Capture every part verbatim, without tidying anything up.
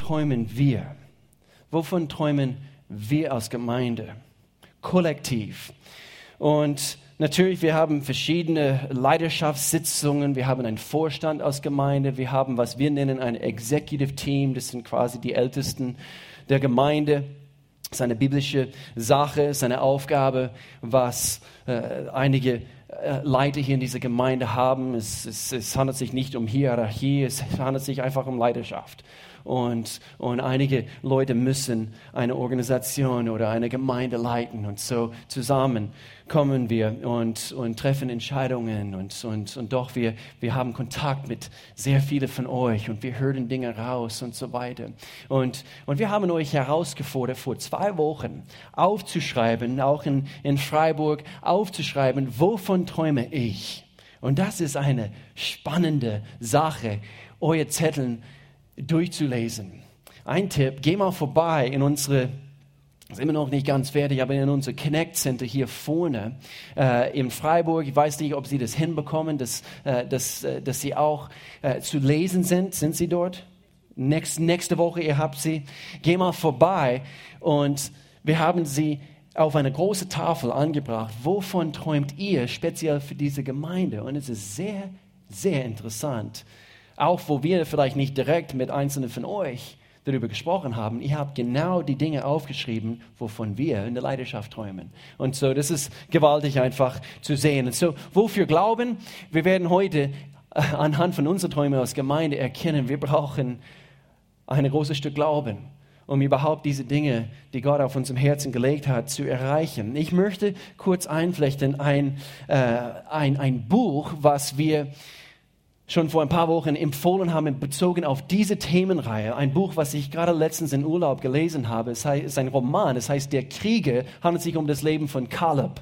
träumen wir? Wovon träumen wir als Gemeinde? Kollektiv. Und natürlich, wir haben verschiedene Leiterschaftssitzungen, wir haben einen Vorstand als Gemeinde, wir haben, was wir nennen, ein Executive Team, das sind quasi die Ältesten der Gemeinde. Das ist eine biblische Sache, ist eine Aufgabe, was äh, einige äh, Leiter hier in dieser Gemeinde haben. Es, es, es handelt sich nicht um Hierarchie, es handelt sich einfach um Leiterschaft. Und, und einige Leute müssen eine Organisation oder eine Gemeinde leiten. Und so zusammen kommen wir und, und treffen Entscheidungen. Und, und, und doch, wir, wir haben Kontakt mit sehr vielen von euch und wir hören Dinge raus und so weiter. Und, und wir haben euch herausgefordert, vor zwei Wochen aufzuschreiben, auch in, in Freiburg, aufzuschreiben, wovon träume ich? Und das ist eine spannende Sache, eure Zettel durchzulesen. Ein Tipp, geh mal vorbei in unsere, ist immer noch nicht ganz fertig, aber in unser Connect Center hier vorne äh, in Freiburg. Ich weiß nicht, ob Sie das hinbekommen, dass, äh, dass, äh, dass Sie auch äh, zu lesen sind. Sind Sie dort? Nächst, nächste Woche, ihr habt sie. Geh mal vorbei und wir haben sie auf eine große Tafel angebracht. Wovon träumt ihr speziell für diese Gemeinde? Und es ist sehr, sehr interessant. Auch wo wir vielleicht nicht direkt mit Einzelnen von euch darüber gesprochen haben, ihr habt genau die Dinge aufgeschrieben, wovon wir in der Leidenschaft träumen. Und so, das ist gewaltig einfach zu sehen. Und so, wofür glauben? Wir werden heute anhand von unseren Träumen als Gemeinde erkennen, wir brauchen ein großes Stück Glauben, um überhaupt diese Dinge, die Gott auf unserem Herzen gelegt hat, zu erreichen. Ich möchte kurz einflechten ein, äh, ein, ein Buch, was wir schon vor ein paar Wochen empfohlen haben, bezogen auf diese Themenreihe. Ein Buch, was ich gerade letztens in Urlaub gelesen habe. Es ist ein Roman, es heißt Der Krieger, handelt sich um das Leben von Kaleb.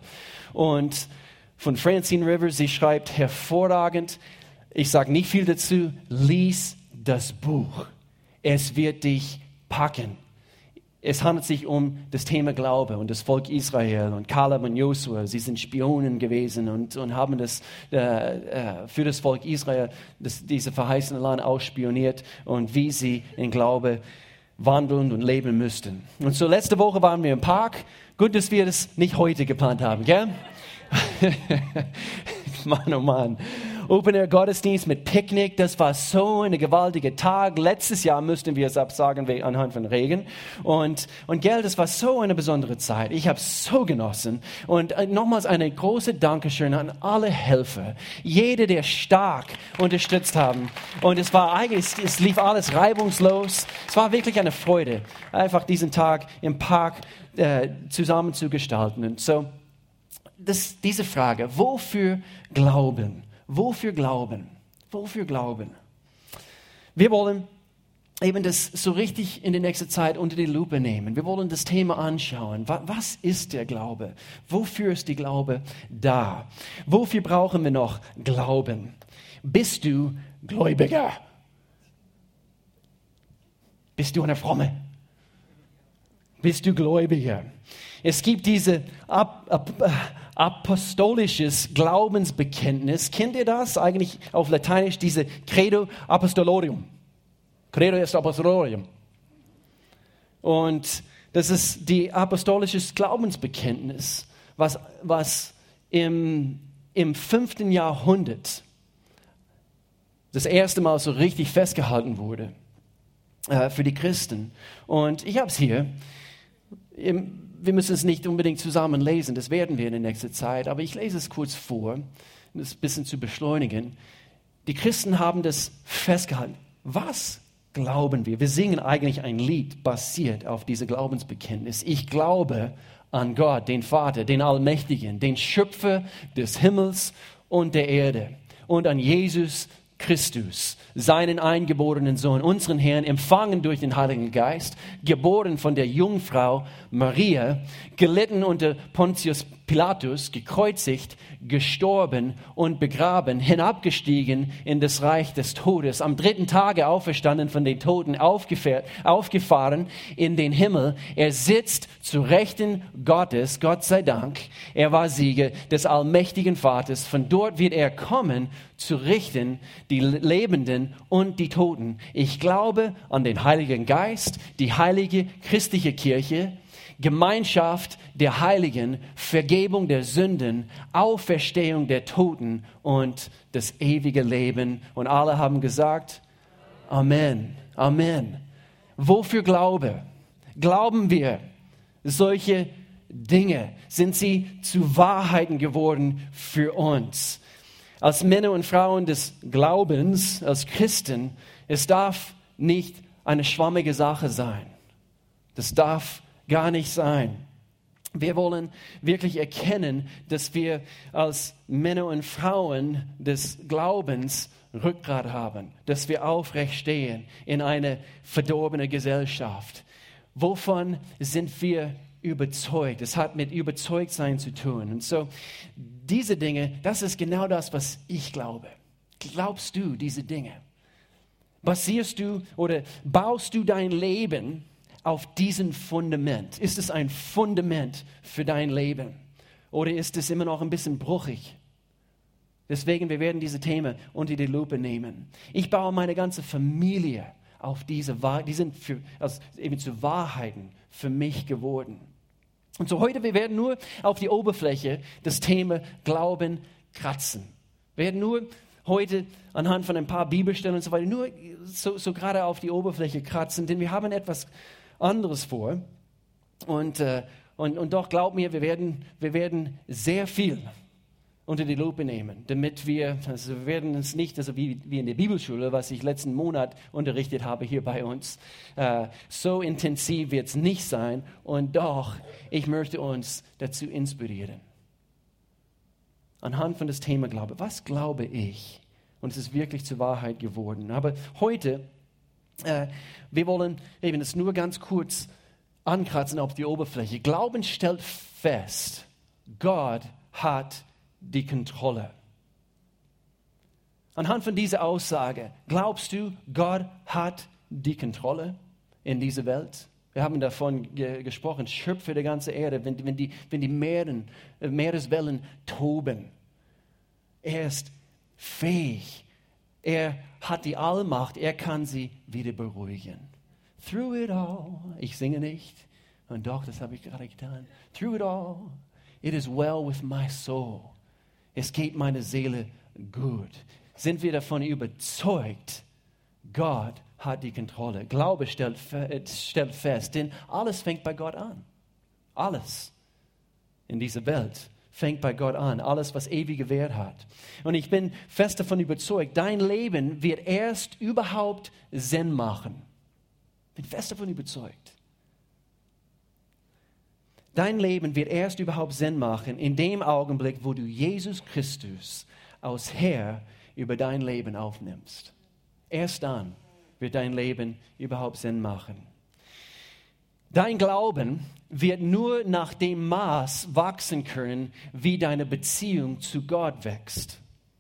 Und von Francine Rivers, sie schreibt hervorragend. Ich sage nicht viel dazu, lies das Buch. Es wird dich packen. Es handelt sich um das Thema Glaube und das Volk Israel und Kaleb und Josua. Sie sind Spionen gewesen und, und haben das, äh, für das Volk Israel das, diese verheißene Land ausspioniert und wie sie in Glaube wandeln und leben müssten. Und so letzte Woche waren wir im Park. Gut, dass wir das nicht heute geplant haben, gell? Mann, oh Mann. Open-Air-Gottesdienst mit Picknick, das war so ein gewaltiger Tag. Letztes Jahr mussten wir es absagen anhand von Regen. Und, und gell, das war so eine besondere Zeit. Ich habe es so genossen. Und nochmals eine große Dankeschön an alle Helfer. Jeder, der stark unterstützt haben. Und es war eigentlich, es lief alles reibungslos. Es war wirklich eine Freude, einfach diesen Tag im Park äh, zusammen zu gestalten. Und so, das, diese Frage, wofür glauben? Wofür glauben? Wofür glauben? Wir wollen eben das so richtig in der nächsten Zeit unter die Lupe nehmen. Wir wollen das Thema anschauen. Was ist der Glaube? Wofür ist die Glaube da? Wofür brauchen wir noch Glauben? Bist du Gläubiger? Bist du eine Fromme? Bist du Gläubiger? Es gibt diese Ab, ab, apostolisches Glaubensbekenntnis. Kennt ihr das? Eigentlich auf Lateinisch diese Credo Apostolorum. Credo ist Apostolorum. Und das ist die apostolisches Glaubensbekenntnis, was, was im, im fünften Jahrhundert das erste Mal so richtig festgehalten wurde äh, für die Christen. Und ich habe es hier. Im, Wir müssen es nicht unbedingt zusammen lesen, das werden wir in der nächsten Zeit, aber ich lese es kurz vor, um das ein bisschen zu beschleunigen. Die Christen haben das festgehalten. Was glauben wir? Wir singen eigentlich ein Lied basiert auf diesem Glaubensbekenntnis. Ich glaube an Gott, den Vater, den Allmächtigen, den Schöpfer des Himmels und der Erde und an Jesus Christus, seinen eingeborenen Sohn, unseren Herrn, empfangen durch den Heiligen Geist, geboren von der Jungfrau Maria, gelitten unter Pontius Pilatus, gekreuzigt, gestorben und begraben, hinabgestiegen in das Reich des Todes, am dritten Tage auferstanden von den Toten, aufgefahren in den Himmel. Er sitzt zu Rechten Gottes, Gott sei Dank. Er war Sieger des allmächtigen Vaters. Von dort wird er kommen, zu richten die Lebenden und die Toten. Ich glaube an den Heiligen Geist, die heilige christliche Kirche, Gemeinschaft der Heiligen, Vergebung der Sünden, Auferstehung der Toten und das ewige Leben. Und alle haben gesagt, Amen, Amen. Wofür Glaube? Glauben wir solche Dinge? Sind sie zu Wahrheiten geworden für uns? Als Männer und Frauen des Glaubens, als Christen, es darf nicht eine schwammige Sache sein. Das darf gar nicht sein. Wir wollen wirklich erkennen, dass wir als Männer und Frauen des Glaubens Rückgrat haben, dass wir aufrecht stehen in einer verdorbenen Gesellschaft. Wovon sind wir überzeugt? Es hat mit Überzeugtsein zu tun. Und so, diese Dinge, das ist genau das, was ich glaube. Glaubst du diese Dinge? Basierst du oder baust du dein Leben auf diesem Fundament? Ist es ein Fundament für dein Leben? Oder ist es immer noch ein bisschen bruchig? Deswegen, wir werden diese Themen unter die Lupe nehmen. Ich baue meine ganze Familie auf diese Wahrheit. Die sind für, also eben zu Wahrheiten für mich geworden. Und so heute, wir werden nur auf die Oberfläche das Thema Glauben kratzen. Wir werden nur heute anhand von ein paar Bibelstellen und so weiter nur so, so gerade auf die Oberfläche kratzen, denn wir haben etwas anderes vor. Und, äh, und, und doch, glaub mir, wir werden, wir werden sehr viel unter die Lupe nehmen, damit wir, also wir werden es nicht, also wie, wie in der Bibelschule, was ich letzten Monat unterrichtet habe hier bei uns, äh, so intensiv wird es nicht sein. Und doch, ich möchte uns dazu inspirieren. Anhand von das Thema Glaube. Was glaube ich? Und es ist wirklich zur Wahrheit geworden. Aber heute, äh, wir wollen eben das nur ganz kurz ankratzen auf die Oberfläche. Glauben stellt fest, Gott hat die Kontrolle. Anhand von dieser Aussage, glaubst du, Gott hat die Kontrolle in dieser Welt? Wir haben davon ge- gesprochen, Schöpfer der ganzen Erde, wenn, wenn die, wenn die Meeren, äh, Meereswellen toben. Er ist fähig. Er hat die Allmacht. Er kann sie wieder beruhigen. Through it all. Ich singe nicht. Und doch, das habe ich gerade getan. Through it all. It is well with my soul. Es geht meiner Seele gut. Sind wir davon überzeugt, Gott hat die Kontrolle. Glaube stellt, stellt fest, denn alles fängt bei Gott an. Alles in dieser Welt fängt bei Gott an. Alles, was ewige Wert hat. Und ich bin fest davon überzeugt, dein Leben wird erst überhaupt Sinn machen. Ich bin fest davon überzeugt. Dein Leben wird erst überhaupt Sinn machen in dem Augenblick, wo du Jesus Christus als Herr über dein Leben aufnimmst. Erst dann wird dein Leben überhaupt Sinn machen. Dein Glauben wird nur nach dem Maß wachsen können, wie deine Beziehung zu Gott wächst.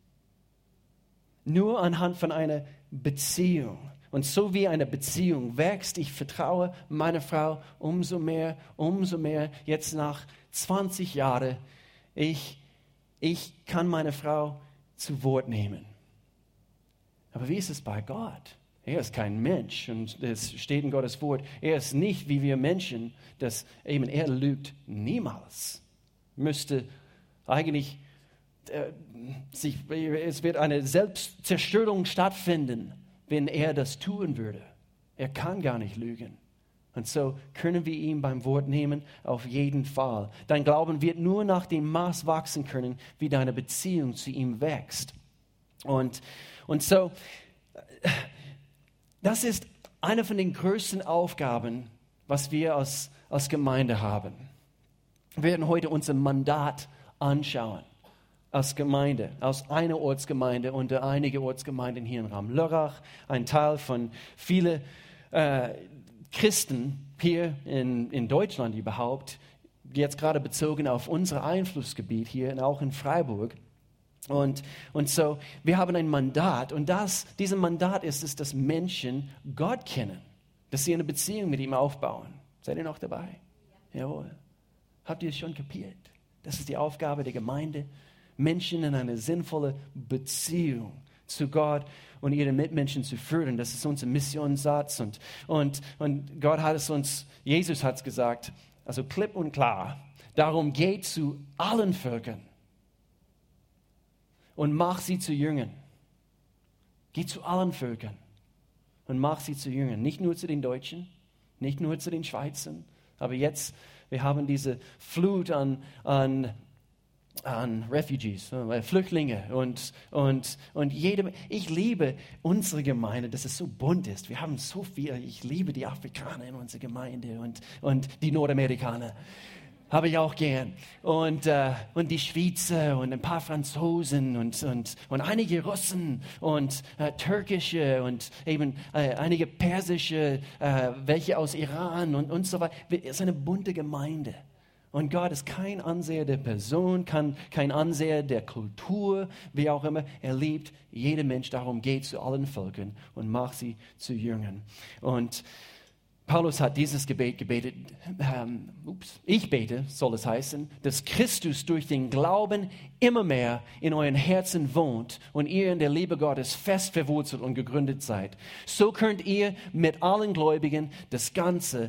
Nur anhand von einer Beziehung. Und so wie eine Beziehung wächst, ich vertraue meiner Frau umso mehr, umso mehr. Jetzt nach zwanzig Jahren, ich, ich kann meine Frau zu Wort nehmen. Aber wie ist es bei Gott? Er ist kein Mensch und es steht in Gottes Wort. Er ist nicht wie wir Menschen, dass eben er lügt niemals. Müsste eigentlich äh, sich, es wird eine Selbstzerstörung stattfinden, wenn er das tun würde. Er kann gar nicht lügen. Und so können wir ihn beim Wort nehmen, auf jeden Fall. Dein Glauben wird nur nach dem Maß wachsen können, wie deine Beziehung zu ihm wächst. Und, und so, das ist eine von den größten Aufgaben, was wir als, als Gemeinde haben. Wir werden heute unser Mandat anschauen. Als Gemeinde, aus einer Ortsgemeinde unter einige Ortsgemeinden hier in Ramm-Lörrach, ein Teil von vielen äh, Christen hier in, in Deutschland überhaupt, jetzt gerade bezogen auf unser Einflussgebiet hier und auch in Freiburg. Und, und so, wir haben ein Mandat und das, diesem Mandat ist es, dass Menschen Gott kennen, dass sie eine Beziehung mit ihm aufbauen. Seid ihr noch dabei? Ja. Jawohl. Habt ihr es schon kapiert? Das ist die Aufgabe der Gemeinde, Menschen in eine sinnvolle Beziehung zu Gott und ihren Mitmenschen zu führen. Das ist unser Missionssatz und, und, und Gott hat es uns, Jesus hat es gesagt, also klipp und klar, darum geht zu allen Völkern und mach sie zu Jüngern. Geh zu allen Völkern und mach sie zu Jüngern. Nicht nur zu den Deutschen, nicht nur zu den Schweizern, aber jetzt, wir haben diese Flut an, an, an Refugees, äh, Flüchtlinge und, und, und jedem. Ich liebe unsere Gemeinde, dass es so bunt ist. Wir haben so viel. Ich liebe die Afrikaner in unserer Gemeinde und, und die Nordamerikaner. Habe ich auch gern. Und, äh, und die Schweizer und ein paar Franzosen und, und, und einige Russen und äh, türkische und eben äh, einige persische, äh, welche aus Iran und, und so weiter. Es ist eine bunte Gemeinde. Und Gott ist kein Anseher der Person, kein, kein Anseher der Kultur, wie auch immer. Er liebt jeden Mensch. Darum geht zu allen Völkern und macht sie zu Jüngern. Und Paulus hat dieses Gebet gebetet, ähm, ups, ich bete, soll es heißen, dass Christus durch den Glauben immer mehr in euren Herzen wohnt und ihr in der Liebe Gottes fest verwurzelt und gegründet seid. So könnt ihr mit allen Gläubigen das ganze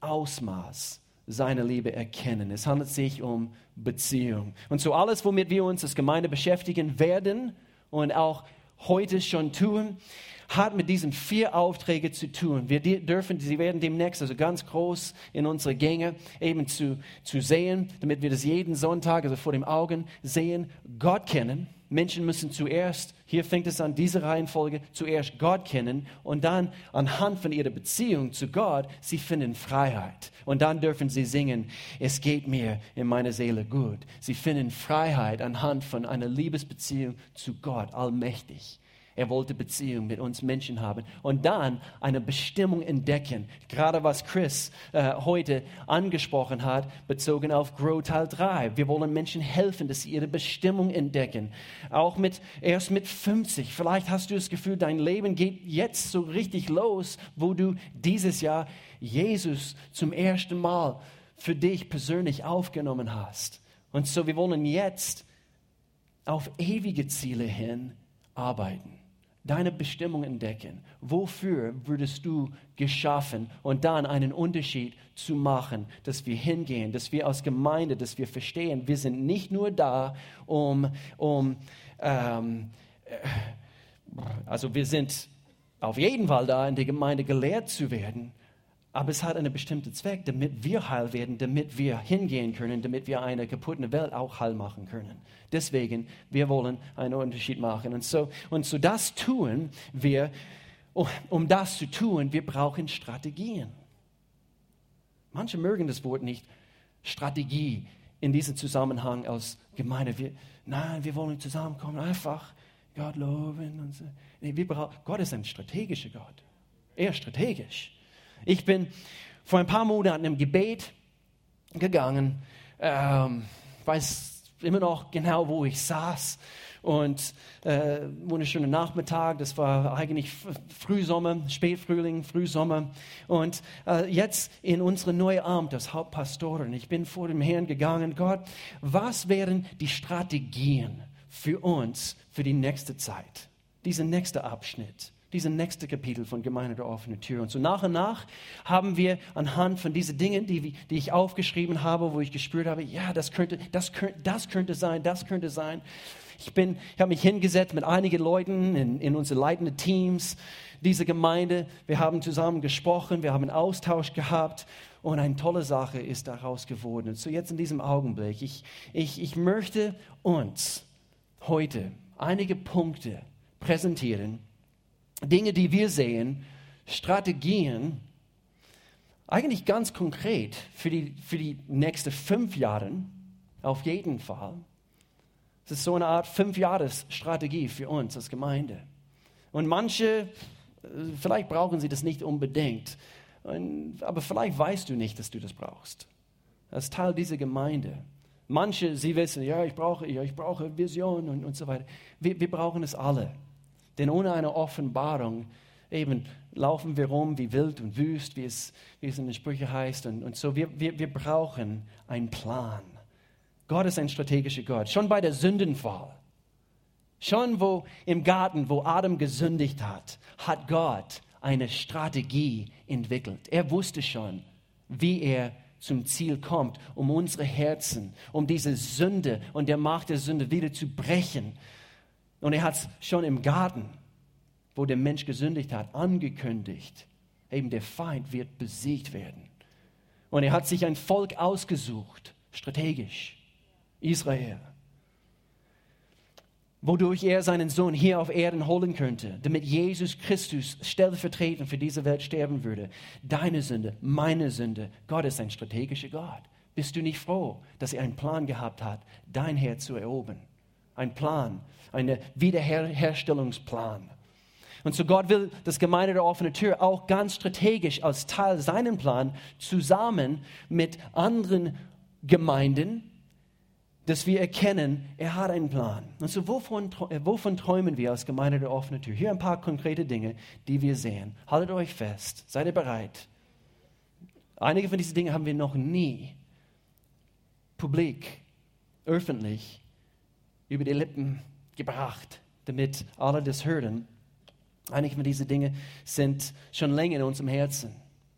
Ausmaß seiner Liebe erkennen. Es handelt sich um Beziehung. Und so alles, womit wir uns als Gemeinde beschäftigen werden und auch heute schon tun, hat mit diesen vier Aufträgen zu tun. Wir dürfen, sie werden demnächst also ganz groß in unsere Gänge eben zu, zu sehen, damit wir das jeden Sonntag, also vor den Augen sehen, Gott kennen. Menschen müssen zuerst, hier fängt es an, diese Reihenfolge, zuerst Gott kennen und dann anhand von ihrer Beziehung zu Gott, sie finden Freiheit. Und dann dürfen sie singen, es geht mir in meiner Seele gut. Sie finden Freiheit anhand von einer Liebesbeziehung zu Gott, allmächtig. Er wollte Beziehung mit uns Menschen haben und dann eine Bestimmung entdecken. Gerade was Chris äh, heute angesprochen hat, bezogen auf Grow Teil drei. Wir wollen Menschen helfen, dass sie ihre Bestimmung entdecken. Auch mit, erst mit fünfzig. Vielleicht hast du das Gefühl, dein Leben geht jetzt so richtig los, wo du dieses Jahr Jesus zum ersten Mal für dich persönlich aufgenommen hast. Und so, wir wollen jetzt auf ewige Ziele hin arbeiten. Deine Bestimmung entdecken. Wofür würdest du geschaffen? Und dann einen Unterschied zu machen, dass wir hingehen, dass wir als Gemeinde, dass wir verstehen, wir sind nicht nur da, um, um ähm, also wir sind auf jeden Fall da, in der Gemeinde gelehrt zu werden, aber es hat einen bestimmten Zweck, damit wir heil werden, damit wir hingehen können, damit wir eine kaputte Welt auch heil machen können. Deswegen, wir wollen einen Unterschied machen. Und so, und so das tun wir, um das zu tun, wir brauchen Strategien. Manche mögen das Wort nicht, Strategie, in diesem Zusammenhang als Gemeinde. Wir, nein, wir wollen zusammenkommen, einfach Gott loben. Und so. Nee, wir brauchen, Gott ist ein strategischer Gott. Er ist strategisch. Ich bin vor ein paar Monaten im Gebet gegangen, ähm, weiß immer noch genau, wo ich saß und äh, wunderschöner Nachmittag, das war eigentlich Frühsommer, Spätfrühling, Frühsommer und äh, jetzt in unsere neue Amt als Hauptpastorin. Ich bin vor dem Herrn gegangen, Gott, was wären die Strategien für uns für die nächste Zeit, dieser nächste Abschnitt? Diese nächste Kapitel von Gemeinde der offenen Tür. Und so nach und nach haben wir anhand von diesen Dingen, die, die ich aufgeschrieben habe, wo ich gespürt habe, ja, das könnte, das könnte, das könnte sein, das könnte sein. Ich bin, ich habe mich hingesetzt mit einigen Leuten in, in unsere leitenden Teams dieser Gemeinde. Wir haben zusammen gesprochen, wir haben einen Austausch gehabt und eine tolle Sache ist daraus geworden. Und so jetzt in diesem Augenblick, ich, ich, ich möchte uns heute einige Punkte präsentieren, Dinge, die wir sehen, Strategien, eigentlich ganz konkret für die, für die nächsten fünf Jahre, auf jeden Fall. Es ist so eine Art Fünf-Jahres-Strategie für uns als Gemeinde. Und manche, vielleicht brauchen sie das nicht unbedingt, aber vielleicht weißt du nicht, dass du das brauchst. als Teil dieser Gemeinde. Manche, sie wissen, ja, ich brauche, ja, ich brauche Vision und, und so weiter. Wir, wir brauchen es alle. Denn ohne eine Offenbarung eben laufen wir rum wie wild und wüst, wie es, wie es in den Sprüchen heißt. Und, und so, wir, wir, wir brauchen einen Plan. Gott ist ein strategischer Gott. Schon bei der Sündenfall, schon wo im Garten, wo Adam gesündigt hat, hat Gott eine Strategie entwickelt. Er wusste schon, wie er zum Ziel kommt, um unsere Herzen, um diese Sünde und der Macht der Sünde wieder zu brechen. Und er hat es schon im Garten, wo der Mensch gesündigt hat, angekündigt. Eben der Feind wird besiegt werden. Und er hat sich ein Volk ausgesucht, strategisch, Israel, wodurch er seinen Sohn hier auf Erden holen könnte, damit Jesus Christus stellvertretend für diese Welt sterben würde. Deine Sünde, meine Sünde. Gott ist ein strategischer Gott. Bist du nicht froh, dass er einen Plan gehabt hat, dein Herz zu erobern? Ein Plan, ein Wiederherstellungsplan. Und so Gott will das Gemeinde der offenen Tür auch ganz strategisch als Teil seinen Plan zusammen mit anderen Gemeinden, dass wir erkennen, er hat einen Plan. Und so wovon, wovon träumen wir als Gemeinde der offenen Tür? Hier ein paar konkrete Dinge, die wir sehen. Haltet euch fest, seid ihr bereit? Einige von diesen Dingen haben wir noch nie publik, öffentlich über die Lippen gebracht, damit alle das hören. Einige von diesen Dingen sind schon länger in unserem Herzen.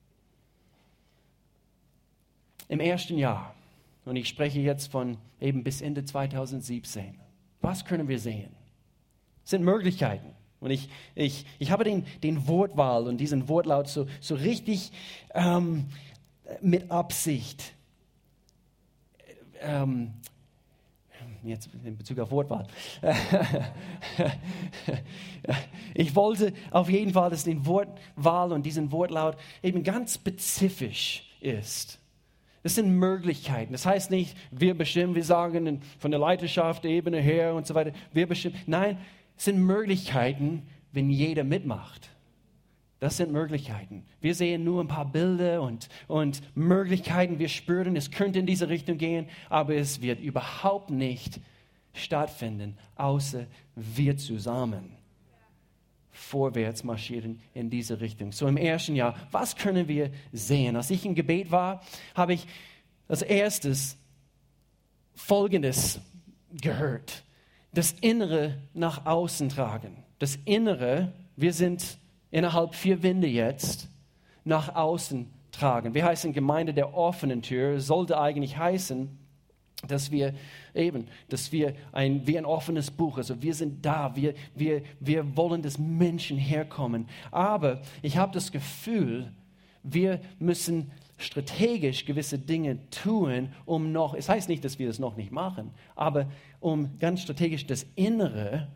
Im ersten Jahr, und ich spreche jetzt von eben bis Ende zweitausendsiebzehn. Was können wir sehen? Es sind Möglichkeiten. Und ich, ich, ich habe den, den Wortwahl und diesen Wortlaut so, so richtig ähm, mit Absicht, ähm, jetzt in Bezug auf Wortwahl, ich wollte auf jeden Fall, dass die Wortwahl und diesen Wortlaut eben ganz spezifisch ist. Das sind Möglichkeiten. Das heißt nicht, wir bestimmen, wir sagen von der Leiterschaft, Ebene her und so weiter, wir bestimmen. Nein, es sind Möglichkeiten, wenn jeder mitmacht. Das sind Möglichkeiten. Wir sehen nur ein paar Bilder und, und Möglichkeiten. Wir spüren, es könnte in diese Richtung gehen, aber es wird überhaupt nicht stattfinden, außer wir zusammen vorwärts marschieren in diese Richtung. So im ersten Jahr, was können wir sehen? Als ich im Gebet war, habe ich als erstes Folgendes gehört. Das Innere nach außen tragen. Das Innere, wir sind innerhalb vier Wände jetzt, nach außen tragen. Wir heißen Gemeinde der offenen Tür, sollte eigentlich heißen, dass wir eben, dass wir ein, wie ein offenes Buch, also wir sind da, wir, wir, wir wollen, dass Menschen herkommen. Aber ich habe das Gefühl, wir müssen strategisch gewisse Dinge tun, um noch, es heißt nicht, dass wir das noch nicht machen, aber um ganz strategisch das Innere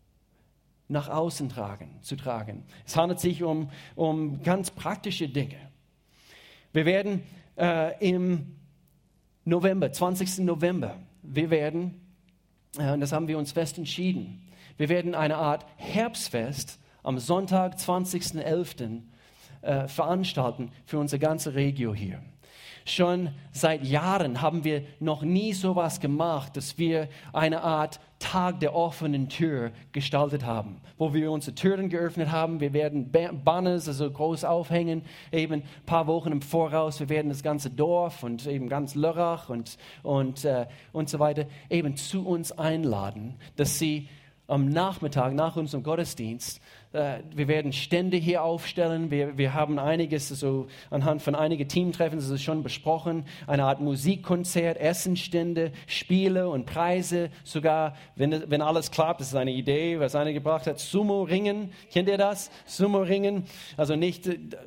nach außen tragen, zu tragen. Es handelt sich um, um ganz praktische Dinge. Wir werden äh, im November, zwanzigsten November, wir werden, äh, und das haben wir uns fest entschieden, wir werden eine Art Herbstfest am Sonntag, zwanzigsten elften Äh, veranstalten für unsere ganze Region hier. Schon seit Jahren haben wir noch nie sowas gemacht, dass wir eine Art Tag der offenen Tür gestaltet haben, wo wir unsere Türen geöffnet haben. Wir werden Banners also groß aufhängen, eben ein paar Wochen im Voraus. Wir werden das ganze Dorf und eben ganz Lörrach und, und, äh, und so weiter eben zu uns einladen, dass sie am Nachmittag nach unserem Gottesdienst, äh, wir werden Stände hier aufstellen. Wir, wir haben einiges, also anhand von einigen Teamtreffen, das ist schon besprochen, eine Art Musikkonzert, Essenstände, Spiele und Preise. Sogar, wenn, wenn alles klappt, das ist eine Idee, was einer gebracht hat, Sumo-Ringen. Kennt ihr das? Sumo-Ringen. Also nicht,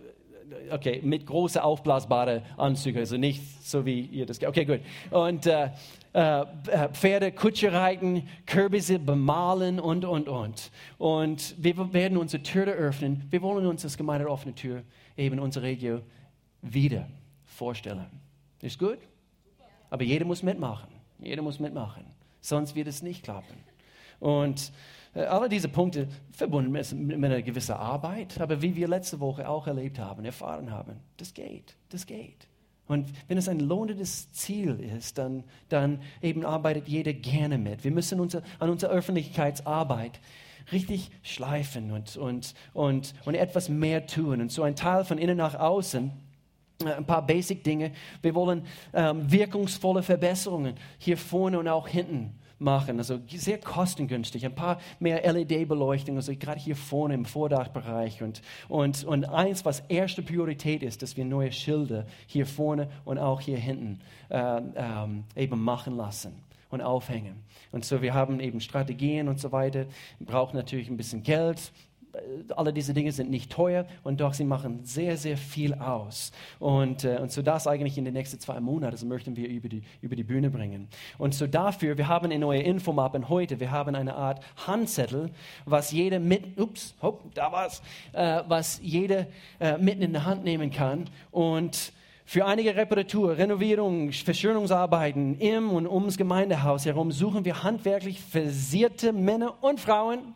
okay, mit großen aufblasbaren Anzügen, also nicht so wie ihr das, okay, gut. Und äh, Äh, Pferde, Kutsche reiten, Kürbisse bemalen und, und, und. Und wir werden unsere Tür öffnen. Wir wollen uns als Gemeinde der offenen Tür eben unsere Region wieder vorstellen. Ist gut? Aber jeder muss mitmachen. Jeder muss mitmachen. Sonst wird es nicht klappen. Und äh, alle diese Punkte verbunden mit, mit einer gewissen Arbeit, aber wie wir letzte Woche auch erlebt haben, erfahren haben, das geht, das geht. Und wenn es ein lohnendes Ziel ist, dann, dann eben arbeitet jeder gerne mit. Wir müssen unser, an unserer Öffentlichkeitsarbeit richtig schleifen und, und, und, und etwas mehr tun. Und so ein Teil von innen nach außen, ein paar Basic-Dinge. Wir wollen ähm, wirkungsvolle Verbesserungen hier vorne und auch hinten machen, also sehr kostengünstig, ein paar mehr L E D-Beleuchtung, also gerade hier vorne im Vordachbereich und, und, und eins, was erste Priorität ist, dass wir neue Schilder hier vorne und auch hier hinten äh, ähm, eben machen lassen und aufhängen. Und so, wir haben eben Strategien und so weiter, wir brauchen natürlich ein bisschen Geld. Alle diese Dinge sind nicht teuer und doch sie machen sehr, sehr viel aus. Und, äh, und so das eigentlich in den nächsten zwei Monaten so möchten wir über die, über die Bühne bringen. Und so dafür, wir haben in eurer Infomappe heute, wir haben eine Art Handzettel, was jeder mit, ups, hopp, da war's, äh, was jeder äh, mitten in der Hand nehmen kann. Und für einige Reparatur, Renovierung, Verschönerungsarbeiten im und ums Gemeindehaus herum suchen wir handwerklich versierte Männer und Frauen.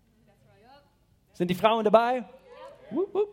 Sind die Frauen dabei? Wupp, wupp.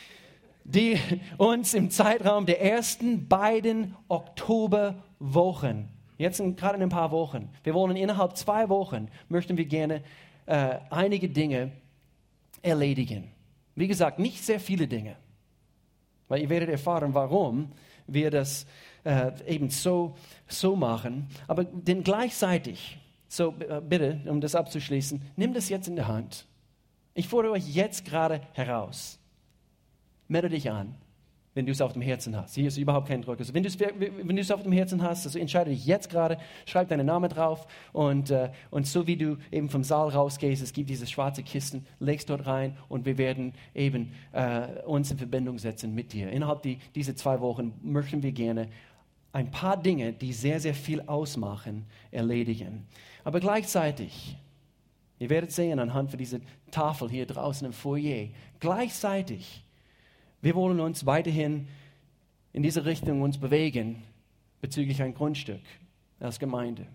Die uns im Zeitraum der ersten beiden Oktoberwochen, jetzt gerade in ein paar Wochen, wir wollen innerhalb zwei Wochen, möchten wir gerne äh, einige Dinge erledigen. Wie gesagt, nicht sehr viele Dinge, weil ihr werdet erfahren, warum wir das äh, eben so, so machen. Aber denn gleichzeitig, so äh, bitte, um das abzuschließen, nimm das jetzt in der Hand. Ich fordere euch jetzt gerade heraus. Melde dich an, wenn du es auf dem Herzen hast. Hier ist überhaupt kein Druck. Also wenn du es, wenn du es auf dem Herzen hast, also entscheide dich jetzt gerade, schreib deinen Namen drauf und, äh, und so wie du eben vom Saal rausgehst, es gibt diese schwarze Kisten, legst dort rein und wir werden eben äh, uns in Verbindung setzen mit dir. Innerhalb die, dieser zwei Wochen möchten wir gerne ein paar Dinge, die sehr, sehr viel ausmachen, erledigen. Aber gleichzeitig, ihr werdet sehen anhand von dieser Tafel hier draußen im Foyer, gleichzeitig, wir wollen uns weiterhin in diese Richtung uns bewegen bezüglich ein Grundstück als Gemeinde.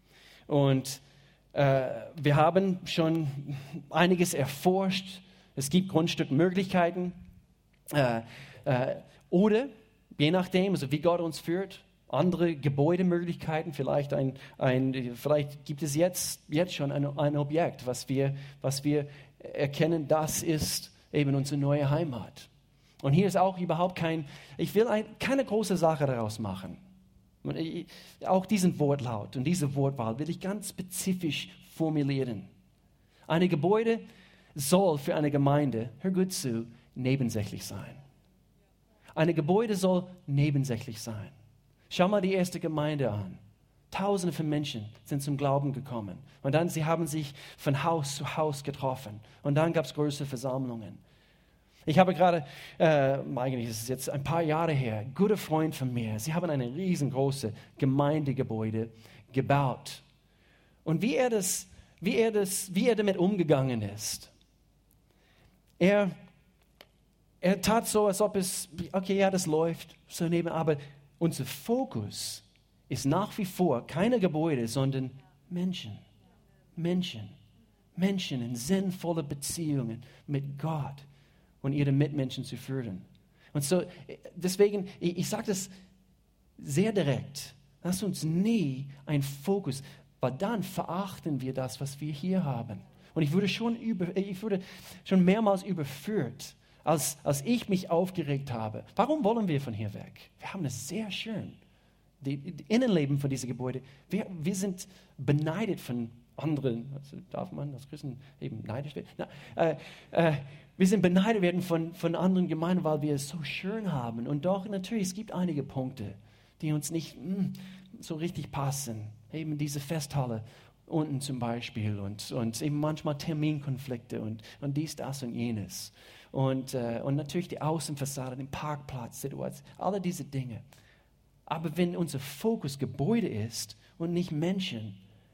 Und äh, wir haben schon einiges erforscht. Es gibt Grundstückmöglichkeiten äh, äh, oder je nachdem, also wie Gott uns führt, andere Gebäudemöglichkeiten, vielleicht, ein, ein, vielleicht gibt es jetzt, jetzt schon ein, ein Objekt, was wir, was wir erkennen, das ist eben unsere neue Heimat. Und hier ist auch überhaupt kein, ich will ein, keine große Sache daraus machen. Und ich, auch diesen Wortlaut und diese Wortwahl will ich ganz spezifisch formulieren. Ein Gebäude soll für eine Gemeinde, hör gut zu, nebensächlich sein. Ein Gebäude soll nebensächlich sein. Schau mal die erste Gemeinde an. Tausende von Menschen sind zum Glauben gekommen. Und dann, sie haben sich von Haus zu Haus getroffen. Und dann gab es größere Versammlungen. Ich habe gerade, äh, eigentlich ist es jetzt ein paar Jahre her, ein guter Freund von mir, sie haben eine riesengroße Gemeindegebäude gebaut. Und wie er, das, wie er, das, wie er damit umgegangen ist, er, er tat so, als ob es, okay, ja, das läuft, so neben, aber unser Fokus ist nach wie vor keine Gebäude, sondern Menschen. Menschen. Menschen in sinnvolle Beziehungen mit Gott und ihre Mitmenschen zu führen. Und so, deswegen, ich, ich sage das sehr direkt, lass uns nie einen Fokus, weil dann verachten wir das, was wir hier haben. Und ich wurde schon, über, ich wurde schon mehrmals überführt, Als, als ich mich aufgeregt habe. Warum wollen wir von hier weg? Wir haben es sehr schön. Die, die Innenleben von diesem Gebäude. Wir, wir sind beneidet von anderen. Also darf man als Christen eben neidisch werden? Na, äh, äh, wir sind beneidet werden von, von anderen Gemeinden, weil wir es so schön haben. Und doch natürlich, es gibt einige Punkte, die uns nicht mh, so richtig passen. Eben diese Festhalle unten zum Beispiel und, und eben manchmal Terminkonflikte und, und dies, das und jenes. Und, äh, und natürlich die Außenfassade, den Parkplatz, Situation, alle diese Dinge. Aber wenn unser Fokus Gebäude ist und nicht Menschen,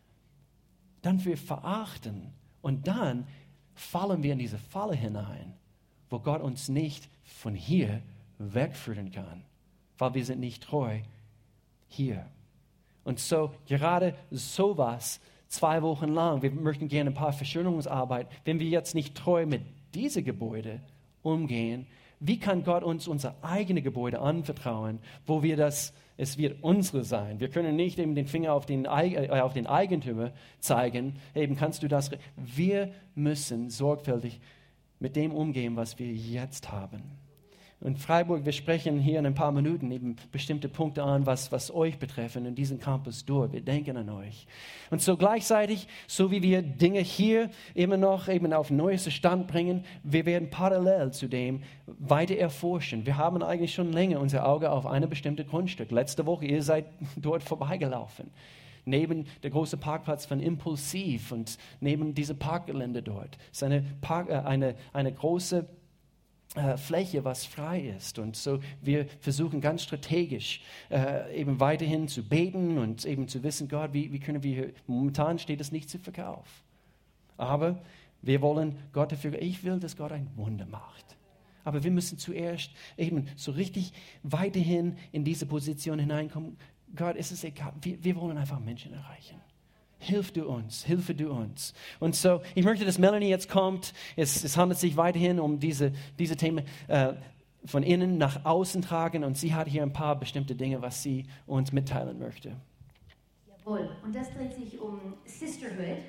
dann wir verachten und dann fallen wir in diese Falle hinein, wo Gott uns nicht von hier wegführen kann, weil wir sind nicht treu hier. Und so gerade sowas zwei Wochen lang, wir möchten gerne ein paar Verschönerungsarbeit, wenn wir jetzt nicht treu mit diese Gebäude umgehen, wie kann Gott uns unser eigenes Gebäude anvertrauen, wo wir das, es wird unsere sein. Wir können nicht eben den Finger auf den, äh, auf den Eigentümer zeigen, eben kannst du das. Wir müssen sorgfältig mit dem umgehen, was wir jetzt haben. In Freiburg, wir sprechen hier in ein paar Minuten eben bestimmte Punkte an, was, was euch betreffen in diesem Campus durch. Wir denken an euch. Und so gleichzeitig, so wie wir Dinge hier immer noch eben auf den neuesten Stand bringen, wir werden parallel zu dem weiter erforschen. Wir haben eigentlich schon länger unser Auge auf ein bestimmtes Grundstück. Letzte Woche, ihr seid dort vorbeigelaufen. Neben der großen Parkplatz von Impulsiv und neben diesem Parkgelände dort. Es ist eine, Park, äh, eine, eine große Äh, Fläche, was frei ist. Und so wir versuchen ganz strategisch äh, eben weiterhin zu beten und eben zu wissen, Gott, wie, wie können wir, momentan steht es nicht zu Verkauf. Aber wir wollen Gott dafür, ich will, dass Gott ein Wunder macht. Aber wir müssen zuerst eben so richtig weiterhin in diese Position hineinkommen. Gott, es ist egal, wir, wir wollen einfach Menschen erreichen. Hilf du uns, hilfe du uns. Und so, ich möchte, dass Melanie jetzt kommt. Es, es handelt sich weiterhin um diese, diese Themen äh, von innen nach außen tragen. Und sie hat hier ein paar bestimmte Dinge, was sie uns mitteilen möchte. Jawohl, und das dreht sich um Sisterhood.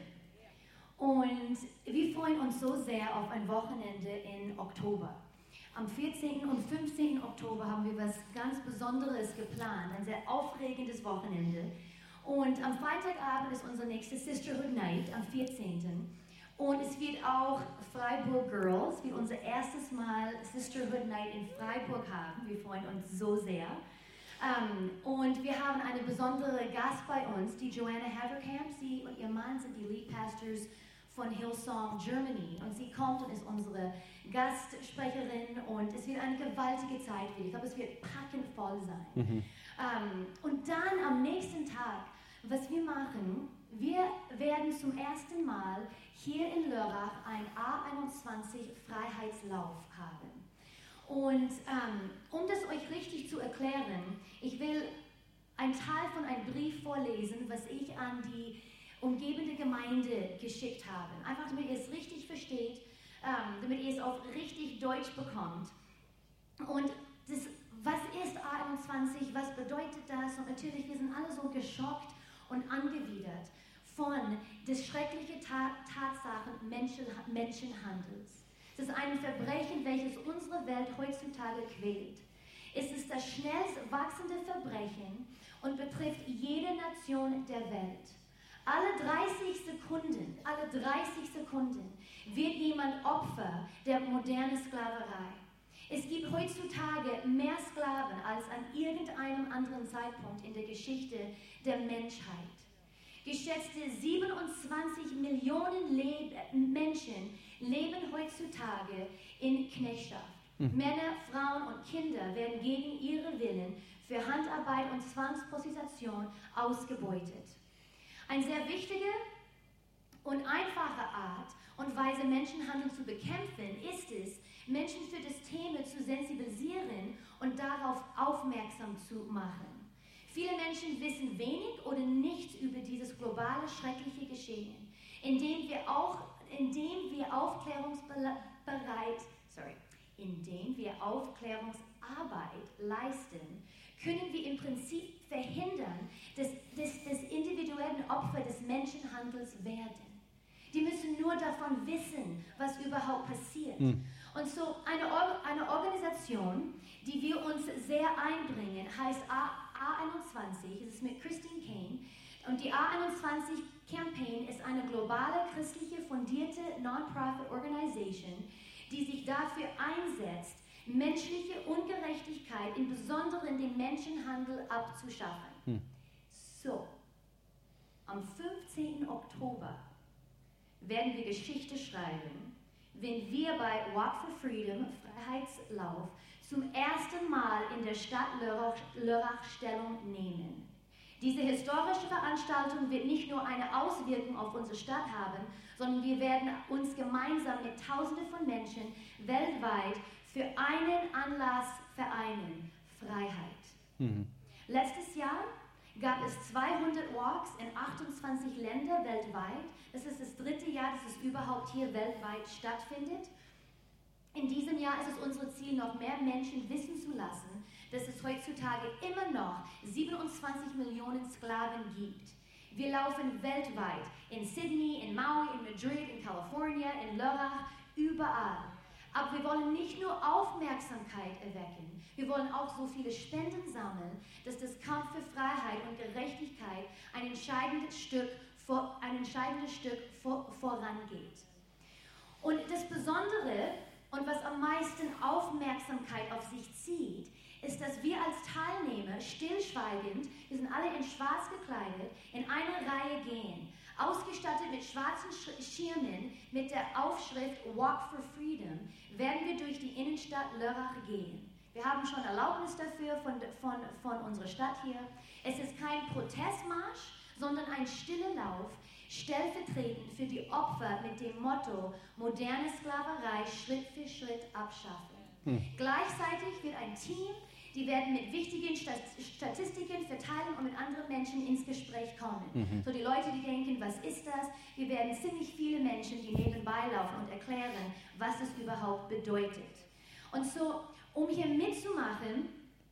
Und wir freuen uns so sehr auf ein Wochenende in Oktober. Am vierzehnten und fünfzehnten Oktober haben wir was ganz Besonderes geplant, ein sehr aufregendes Wochenende. Und am Freitagabend ist unsere nächste Sisterhood Night, am vierzehnten Und es wird auch Freiburg Girls, wird unser erstes Mal Sisterhood Night in Freiburg haben. Wir freuen uns so sehr. Um, und wir haben eine besondere Gast bei uns, die Joanna Haverkamp. Sie und ihr Mann sind die Lead Pastors von Hillsong Germany. Und sie kommt und ist unsere Gastsprecherin. Und es wird eine gewaltige Zeit. Ich glaube, es wird packend voll sein. Mhm. Um, und dann am nächsten Tag, was wir machen, wir werden zum ersten Mal hier in Lörrach ein A einundzwanzig Freiheitslauf haben. Und ähm, um das euch richtig zu erklären, ich will einen Teil von einem Brief vorlesen, was ich an die umgebende Gemeinde geschickt habe. Einfach damit ihr es richtig versteht, ähm, damit ihr es auch richtig Deutsch bekommt. Und das, was ist A einundzwanzig, was bedeutet das? Und natürlich, wir sind alle so geschockt und angewidert von der schrecklichen Ta- Tatsachen Menschen, Menschenhandels. Es ist ein Verbrechen, welches unsere Welt heutzutage quält. Es ist das schnellst wachsende Verbrechen und betrifft jede Nation der Welt. Alle dreißig Sekunden, alle dreißig Sekunden wird jemand Opfer der modernen Sklaverei. Es gibt heutzutage mehr Sklaven als an irgendeinem anderen Zeitpunkt in der Geschichte der Menschheit. Geschätzte siebenundzwanzig Millionen Le- Menschen leben heutzutage in Knechtschaft. Mhm. Männer, Frauen und Kinder werden gegen ihre Willen für Handarbeit und Zwangsprostitution ausgebeutet. Eine sehr wichtige und einfache Art und Weise, Menschenhandel zu bekämpfen, ist es, Menschen für das Thema zu sensibilisieren und darauf aufmerksam zu machen. Viele Menschen wissen wenig oder nichts über dieses globale, schreckliche Geschehen. Indem wir, auch, indem wir Aufklärungsbereit, sorry, indem wir Aufklärungsarbeit leisten, können wir im Prinzip verhindern, dass, dass, dass individuelle Opfer des Menschenhandels werden. Die müssen nur davon wissen, was überhaupt passiert. Mhm. Und so eine, Or- eine Organisation, die wir uns sehr einbringen, heißt A einundzwanzig. Es ist mit Christine Kane. Und die A einundzwanzig Campaign ist eine globale, christliche, fundierte Non-Profit-Organisation, die sich dafür einsetzt, menschliche Ungerechtigkeit, im Besonderen den Menschenhandel, abzuschaffen. Hm. So, am fünfzehnten Oktober werden wir Geschichte schreiben, wenn wir bei Walk for Freedom, Freiheitslauf, zum ersten Mal in der Stadt Lörrach, Lörrach Stellung nehmen. Diese historische Veranstaltung wird nicht nur eine Auswirkung auf unsere Stadt haben, sondern wir werden uns gemeinsam mit Tausenden von Menschen weltweit für einen Anlass vereinen: Freiheit. Mhm. Letztes Jahr gab es zweihundert Walks in achtundzwanzig Ländern weltweit. Das ist das dritte Jahr, dass es überhaupt hier weltweit stattfindet. In diesem Jahr ist es unser Ziel, noch mehr Menschen wissen zu lassen, dass es heutzutage immer noch siebenundzwanzig Millionen Sklaven gibt. Wir laufen weltweit, in Sydney, in Maui, in Madrid, in Kalifornien, in Lörrach, überall. Aber wir wollen nicht nur Aufmerksamkeit erwecken, wir wollen auch so viele Spenden sammeln, dass das Kampf für Freiheit und Gerechtigkeit ein entscheidendes Stück, vor, ein entscheidendes Stück vor, vorangeht. Und das Besondere und was am meisten Aufmerksamkeit auf sich zieht, ist, dass wir als Teilnehmer stillschweigend, wir sind alle in schwarz gekleidet, in eine Reihe gehen, ausgestattet mit schwarzen Schirmen mit der Aufschrift Walk for Freedom, werden wir durch die Innenstadt Lörrach gehen. Wir haben schon Erlaubnis dafür von, von, von unserer Stadt hier. Es ist kein Protestmarsch, sondern ein stiller Lauf, stellvertretend für die Opfer mit dem Motto moderne Sklaverei Schritt für Schritt abschaffen. Hm. Gleichzeitig wird ein Team, die werden mit wichtigen Statistiken verteilen und mit anderen Menschen ins Gespräch kommen. Mhm. So die Leute, die denken, was ist das? Wir werden ziemlich viele Menschen, die nebenbei laufen und erklären, was es überhaupt bedeutet. Und so, um hier mitzumachen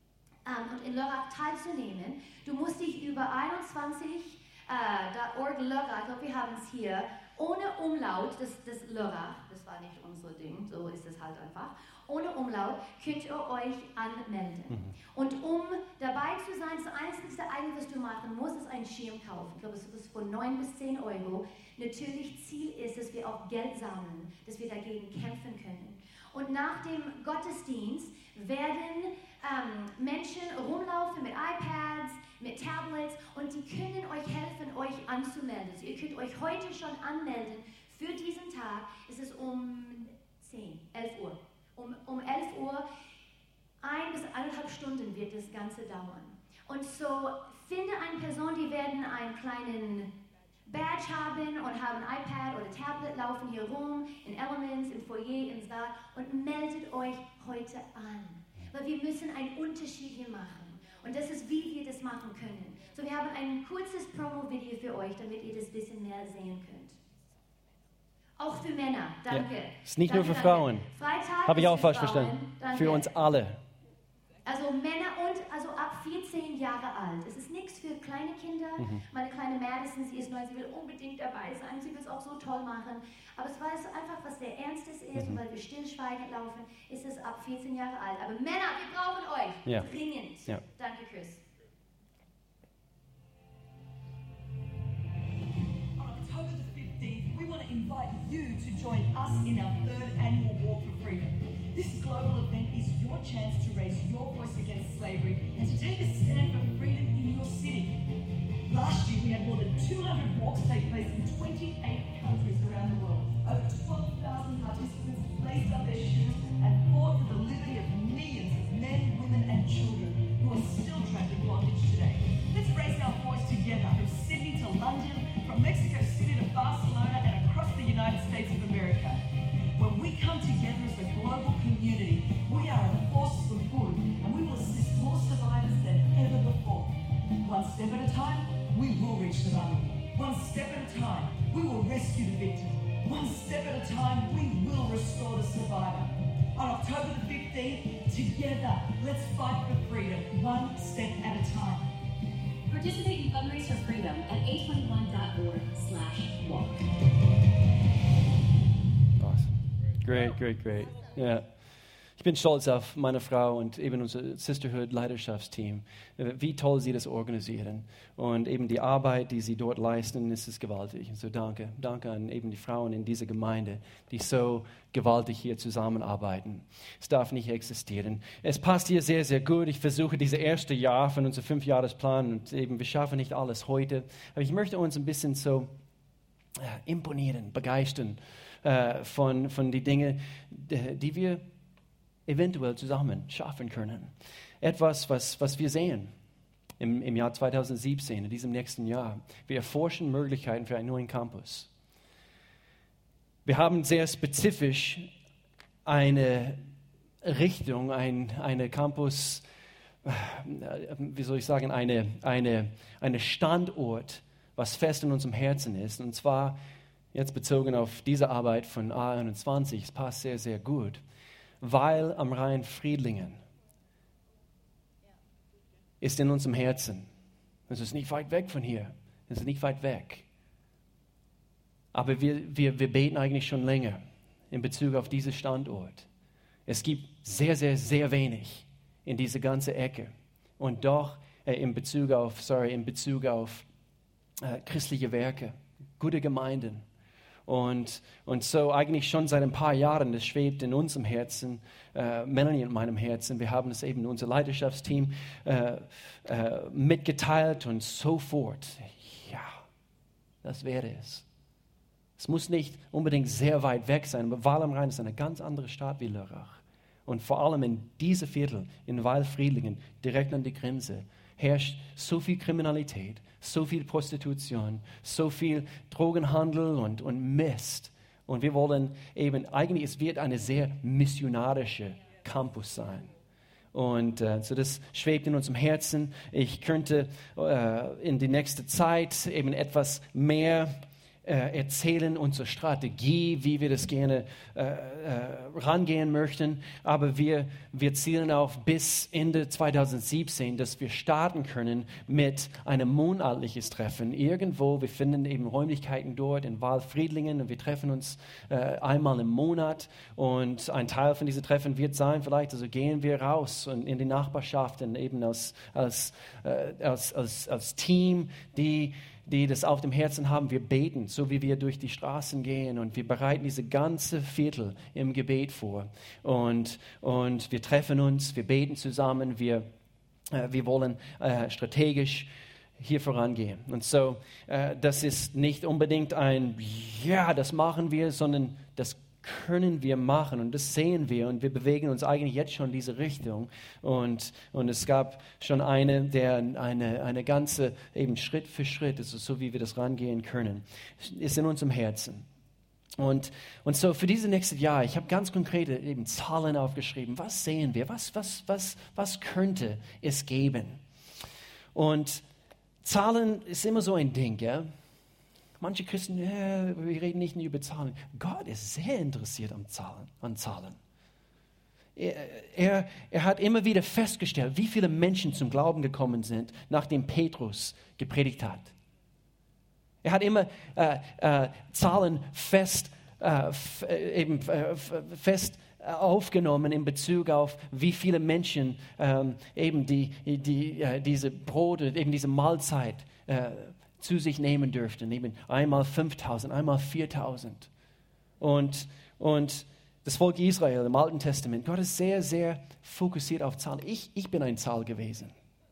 ähm, und in Lörrach teilzunehmen, du musst dich über einundzwanzig Punkt org Lörrach, ich glaube, wir haben es hier, ohne Umlaut, das, das Lörrach, das war nicht unser Ding, so ist es halt einfach, ohne Umlaut könnt ihr euch anmelden. Mhm. Und um dabei zu sein, das Einzige eigentlich, was du machen musst, ist einen Schirm kaufen. Ich glaube, es ist von neun bis zehn Euro. Natürlich Ziel ist, dass wir auch Geld sammeln, dass wir dagegen kämpfen können. Und nach dem Gottesdienst werden ähm, Menschen rumlaufen mit iPads, mit Tablets und die können euch helfen, euch anzumelden. Also ihr könnt euch heute schon anmelden. Für diesen Tag ist es um zehn, elf Uhr. Um, um elf Uhr, ein bis eineinhalb Stunden wird das Ganze dauern. Und so finde eine Person, die werden einen kleinen Badge haben und haben ein iPad oder Tablet, laufen hier rum, in Elements, im Foyer, im Saal und meldet euch heute an. Weil wir müssen einen Unterschied hier machen. Und das ist, wie wir das machen können. So, wir haben ein kurzes Promo-Video für euch, damit ihr das ein bisschen mehr sehen könnt. Auch für Männer, danke. Ja, ist nicht danke, nur für danke. Frauen. Freitag habe ich auch falsch Frauen. verstanden. Danke. Für uns alle. Also Männer und also ab vierzehn Jahre alt. Es ist nichts für kleine Kinder. Mhm. Meine kleine Madison, sie ist neu, sie will unbedingt dabei sein. Sie will es auch so toll machen. Aber es weiß einfach, was sehr Ernstes ist. Mhm. Und weil wir stillschweigend laufen, ist es ab vierzehn Jahre alt. Aber Männer, wir brauchen euch. Ja. Dringend. Ja. Danke, Chris. Invite you to join us in our third annual Walk for Freedom. This global event is your chance to raise your voice against slavery and to take a stand for freedom in your city. Last year we had more than two hundred walks take place in twenty-eight countries around the world. Over twelve thousand participants laced up their shoes and fought for the liberty of millions of men, women and children who are still trapped in bondage today. Let's raise our voice together from Sydney to London, from Mexico City to Barcelona and across the United States of America. When we come together as a global community, we are a force for good and we will assist more survivors than ever before. One step at a time, we will reach the vulnerable. One step at a time, we will rescue the victim. One step at a time, we will restore the survivor. On October the fifteenth, together, let's fight for freedom, one step at a time. Participate in Fundraise for Freedom at eight twenty-one dot org slash walk. Awesome. Great, great, great. Yeah. Ich bin stolz auf meine Frau und eben unser Sisterhood-Leiterschaftsteam, wie toll sie das organisieren. Und eben die Arbeit, die sie dort leisten, ist es gewaltig. Und so danke, danke an eben die Frauen in dieser Gemeinde, die so gewaltig hier zusammenarbeiten. Es darf nicht existieren. Es passt hier sehr, sehr gut. Ich versuche dieses erste Jahr von unserem Fünfjahresplan und eben, wir schaffen nicht alles heute. Aber ich möchte uns ein bisschen so äh, imponieren, begeistern äh, von, von den Dingen, die wir eventuell zusammen schaffen können. Etwas, was, was wir sehen im, im Jahr zweitausendsiebzehn, in diesem nächsten Jahr. Wir erforschen Möglichkeiten für einen neuen Campus. Wir haben sehr spezifisch eine Richtung, ein, eine Campus, wie soll ich sagen, eine, eine, eine Standort, was fest in unserem Herzen ist. Und zwar jetzt bezogen auf diese Arbeit von A einundzwanzig, es passt sehr, sehr gut. Weil am Rhein Friedlingen ist in unserem Herzen. Es ist nicht weit weg von hier. Es ist nicht weit weg. Aber wir, wir, wir beten eigentlich schon länger in Bezug auf diesen Standort. Es gibt sehr, sehr, sehr wenig in diese ganze Ecke. Und doch äh, in Bezug auf, sorry, in Bezug auf äh, christliche Werke, gute Gemeinden. Und, und so eigentlich schon seit ein paar Jahren, das schwebt in unserem Herzen, äh, Melanie und meinem Herzen. Wir haben es eben unser Leiterschaftsteam äh, äh, mitgeteilt und so fort. Ja, das wäre es. Es muss nicht unbedingt sehr weit weg sein, aber Weil am Rhein ist eine ganz andere Stadt wie Lörrach. Und vor allem in diesem Viertel, in Weil-Friedlingen, direkt an die Grenze, herrscht so viel Kriminalität, so viel Prostitution, so viel Drogenhandel und, und Mist. Und wir wollen eben, eigentlich, es wird eine sehr missionarische Campus sein. Und äh, so das schwebt in unserem Herzen. Ich könnte äh, in die nächste Zeit eben etwas mehr Äh, erzählen, unsere Strategie, wie wir das gerne äh, äh, rangehen möchten. Aber wir, wir zielen auf bis Ende zwanzig siebzehn, dass wir starten können mit einem monatliches Treffen. Irgendwo, wir finden eben Räumlichkeiten dort in Weil-Friedlingen und wir treffen uns äh, einmal im Monat. Und ein Teil von diesen Treffen wird sein, vielleicht, also gehen wir raus und in die Nachbarschaften eben als, als, äh, als, als, als Team, die die das auf dem Herzen haben, wir beten, so wie wir durch die Straßen gehen und wir bereiten diese ganze Viertel im Gebet vor und, und wir treffen uns, wir beten zusammen, wir, äh, wir wollen äh, strategisch hier vorangehen. Und so, äh, das ist nicht unbedingt ein, ja, das machen wir, sondern das können wir machen und das sehen wir und wir bewegen uns eigentlich jetzt schon in diese Richtung und, und es gab schon eine, der eine, eine ganze, eben Schritt für Schritt, also so wie wir das rangehen können, ist in unserem Herzen. Und, und so für dieses nächste Jahr, ich habe ganz konkrete eben Zahlen aufgeschrieben, was sehen wir, was, was, was, was könnte es geben? Und Zahlen ist immer so ein Ding, ja. Manche Christen, ja, wir reden nicht nur über Zahlen. Gott ist sehr interessiert an Zahlen. An Zahlen. Er, er, er hat immer wieder festgestellt, wie viele Menschen zum Glauben gekommen sind, nachdem Petrus gepredigt hat. Er hat immer äh, äh, Zahlen fest, äh, f, eben, äh, fest aufgenommen in Bezug auf, wie viele Menschen ähm, eben die, die, äh, diese Brote, eben diese Mahlzeit äh, zu sich nehmen dürften. Eben einmal fünftausend, einmal viertausend. Und, und das Volk Israel im Alten Testament, Gott ist sehr, sehr fokussiert auf Zahlen. Ich, ich bin ein Zahl gewesen.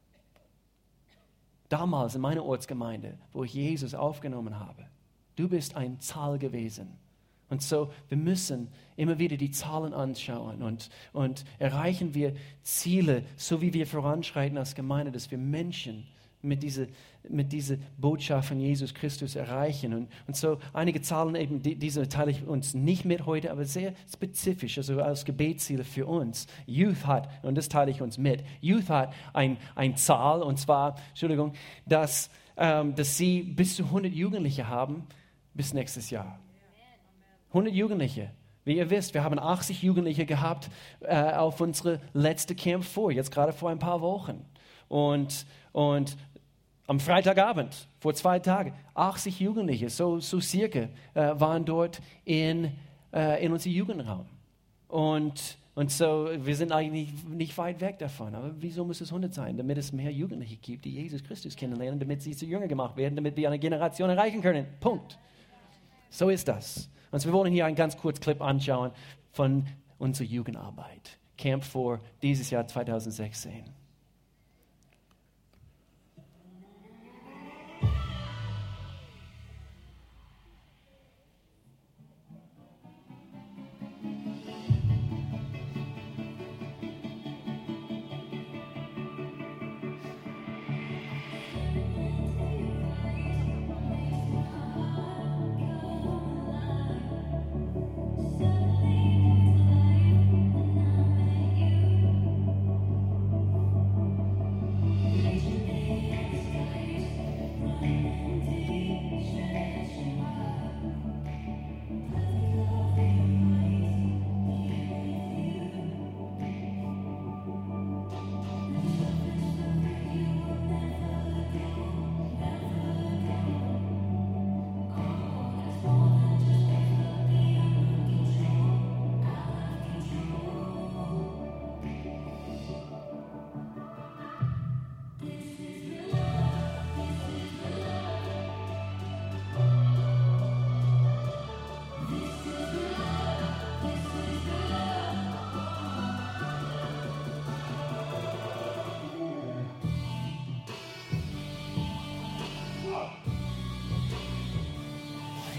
Damals in meiner Ortsgemeinde, wo ich Jesus aufgenommen habe. Du bist ein Zahl gewesen. Und so, wir müssen immer wieder die Zahlen anschauen und, und erreichen wir Ziele, so wie wir voranschreiten als Gemeinde, dass wir Menschen mit dieser mit diese Botschaft von Jesus Christus erreichen. Und, und so einige Zahlen, eben die, diese teile ich uns nicht mit heute, aber sehr spezifisch, also als Gebetsziele für uns. Youth hat, und das teile ich uns mit, Youth hat ein, ein Zahl, und zwar, Entschuldigung, dass, ähm, dass sie bis zu hundert Jugendliche haben bis nächstes Jahr. hundert Jugendliche. Wie ihr wisst, wir haben achtzig Jugendliche gehabt äh, auf unsere letzte Camp vor, jetzt gerade vor ein paar Wochen. Und, und am Freitagabend, vor zwei Tagen, achtzig Jugendliche, so, so circa, äh, waren dort in, äh, in unserem Jugendraum. Und, und so, wir sind eigentlich nicht, nicht weit weg davon. Aber wieso muss es hundert sein? Damit es mehr Jugendliche gibt, die Jesus Christus kennenlernen, damit sie zu Jünger gemacht werden, damit wir eine Generation erreichen können. Punkt. So ist das. Und wir wollen hier einen ganz kurzen Clip anschauen von unserer Jugendarbeit. Camp für dieses Jahr zwanzig sechzehn.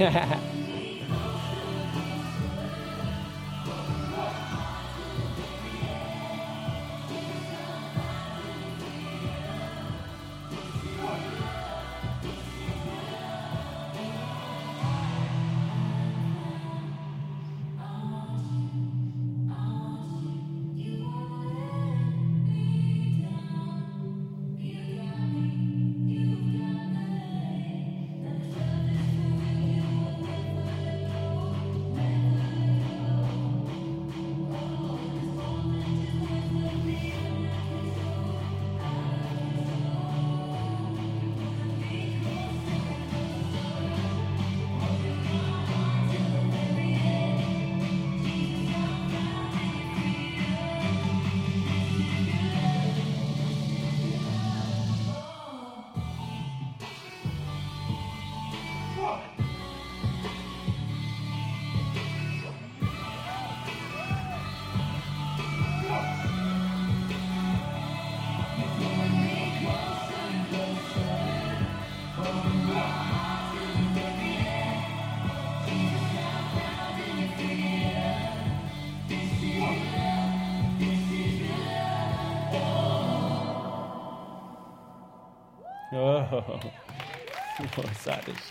Oh, großartig.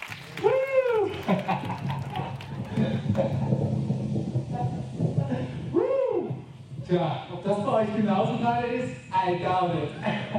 Tja, ob das bei euch genauso geil ist, I doubt it.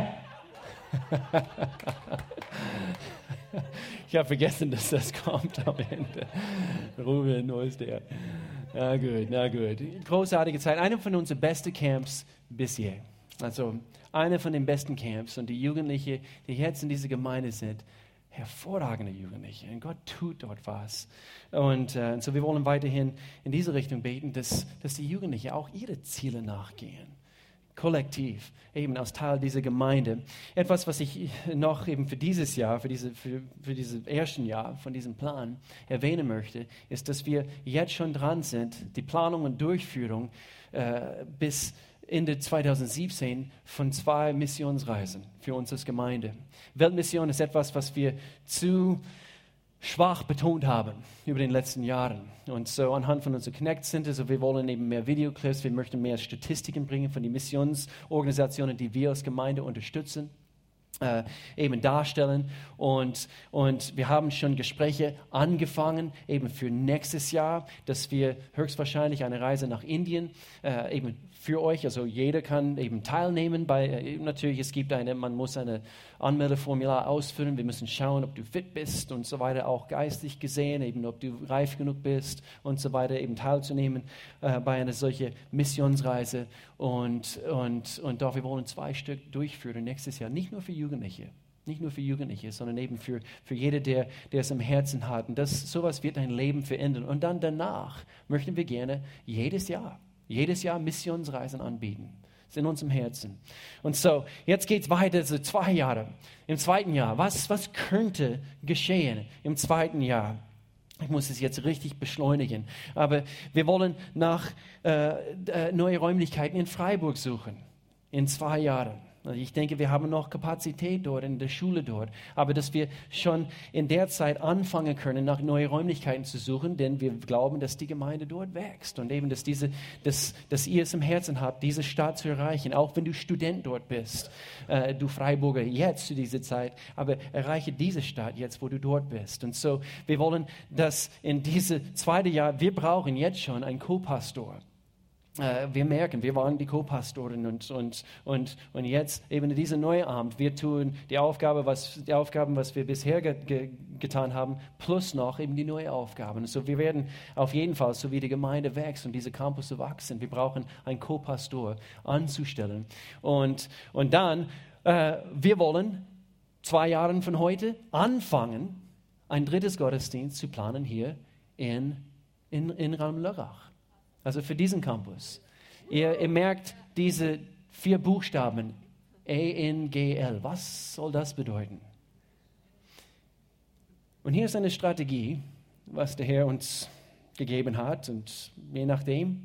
Ich habe vergessen, dass das kommt am Ende. Ruben, wo ist der? Na gut, na gut. Großartige Zeit. Eine von unseren besten Camps bisher. Also eine von den besten Camps. Und die Jugendlichen, die jetzt in dieser Gemeinde sind, hervorragende Jugendliche. Und Gott tut dort was. Und äh, so wir wollen weiterhin in diese Richtung beten, dass, dass die Jugendlichen auch ihre Ziele nachgehen. Kollektiv, eben als Teil dieser Gemeinde. Etwas, was ich noch eben für dieses Jahr, für diese, für, für dieses erste Jahr von diesem Plan erwähnen möchte, ist, dass wir jetzt schon dran sind, die Planung und Durchführung äh, bis Ende zwanzig siebzehn von zwei Missionsreisen für uns als Gemeinde. Weltmission ist etwas, was wir zu schwach betont haben über den letzten Jahren. Und so anhand von unserer Connect Center, so wir wollen eben mehr Videoclips, wir möchten mehr Statistiken bringen von den Missionsorganisationen, die wir als Gemeinde unterstützen, äh, eben darstellen. Und, und wir haben schon Gespräche angefangen, eben für nächstes Jahr, dass wir höchstwahrscheinlich eine Reise nach Indien äh, eben für euch, also jeder kann eben teilnehmen. Bei, äh, natürlich, es gibt eine, man muss eine Anmeldeformular ausfüllen. Wir müssen schauen, ob du fit bist und so weiter, auch geistig gesehen, eben ob du reif genug bist und so weiter, eben teilzunehmen äh, bei einer solchen Missionsreise. Und, und, und doch, wir wollen zwei Stück durchführen nächstes Jahr, nicht nur für Jugendliche. Nicht nur für Jugendliche, sondern eben für, für jede, der, der es im Herzen hat. Und das, sowas wird dein Leben verändern. Und dann danach möchten wir gerne jedes Jahr Jedes Jahr Missionsreisen anbieten. Das ist in unserem Herzen. Und so, jetzt geht es weiter, so zwei Jahre. Im zweiten Jahr, was, was könnte geschehen im zweiten Jahr? Ich muss es jetzt richtig beschleunigen. Aber wir wollen nach äh, äh, neue Räumlichkeiten in Freiburg suchen. In zwei Jahren. Also ich denke, wir haben noch Kapazität dort, in der Schule dort. Aber dass wir schon in der Zeit anfangen können, nach neuen Räumlichkeiten zu suchen, denn wir glauben, dass die Gemeinde dort wächst. Und eben, dass, diese, dass, dass ihr es im Herzen habt, diese Stadt zu erreichen. Auch wenn du Student dort bist, äh, du Freiburger, jetzt zu dieser Zeit. Aber erreiche diese Stadt jetzt, wo du dort bist. Und so, wir wollen, dass in diese zweite Jahr, wir brauchen jetzt schon einen Co-Pastor. Wir merken, wir waren die Co-Pastoren und, und, und, und jetzt eben in diesem neuen Amt, wir tun die Aufgabe, was, die Aufgaben, was wir bisher ge, ge, getan haben, plus noch eben die neuen Aufgaben. So wir werden auf jeden Fall, so wie die Gemeinde wächst und diese Campus wachsen, wir brauchen einen Co-Pastor anzustellen. Und, und dann, äh, wir wollen zwei Jahre von heute anfangen, ein drittes Gottesdienst zu planen hier in, in, in Raum-Lörrach. Also für diesen Campus. Ihr, ihr merkt diese vier Buchstaben, A N G L. Was soll das bedeuten? Und hier ist eine Strategie, was der Herr uns gegeben hat. Und je nachdem,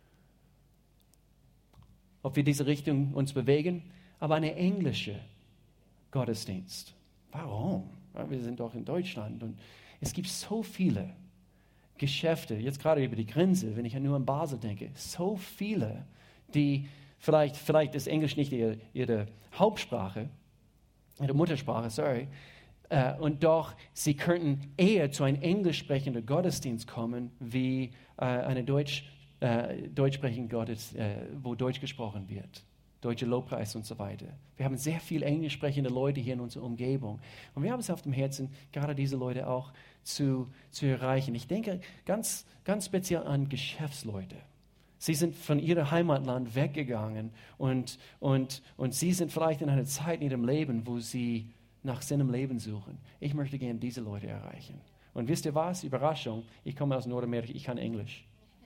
ob wir diese Richtung uns bewegen, aber eine englische Gottesdienst. Warum? Wir sind doch in Deutschland und Es gibt so viele Geschäfte, jetzt gerade über die Grenze, wenn ich nur an Basel denke, so viele, die vielleicht, vielleicht ist Englisch nicht ihre, ihre Hauptsprache, ihre Muttersprache, sorry, äh, und doch sie könnten eher zu einem englisch sprechenden Gottesdienst kommen, wie äh, eine Deutsch, äh, deutsch sprechende Gottesdienst, äh, wo Deutsch gesprochen wird. Deutsche Lobpreis und so weiter. Wir haben sehr viele englisch sprechende Leute hier in unserer Umgebung. Und wir haben es auf dem Herzen, gerade diese Leute auch zu, zu erreichen. Ich denke ganz, ganz speziell an Geschäftsleute. Sie sind von ihrem Heimatland weggegangen und, und, und sie sind vielleicht in einer Zeit in ihrem Leben, wo sie nach Sinn im Leben suchen. Ich möchte gerne diese Leute erreichen. Und wisst ihr was? Überraschung, ich komme aus Nordamerika, ich kann Englisch.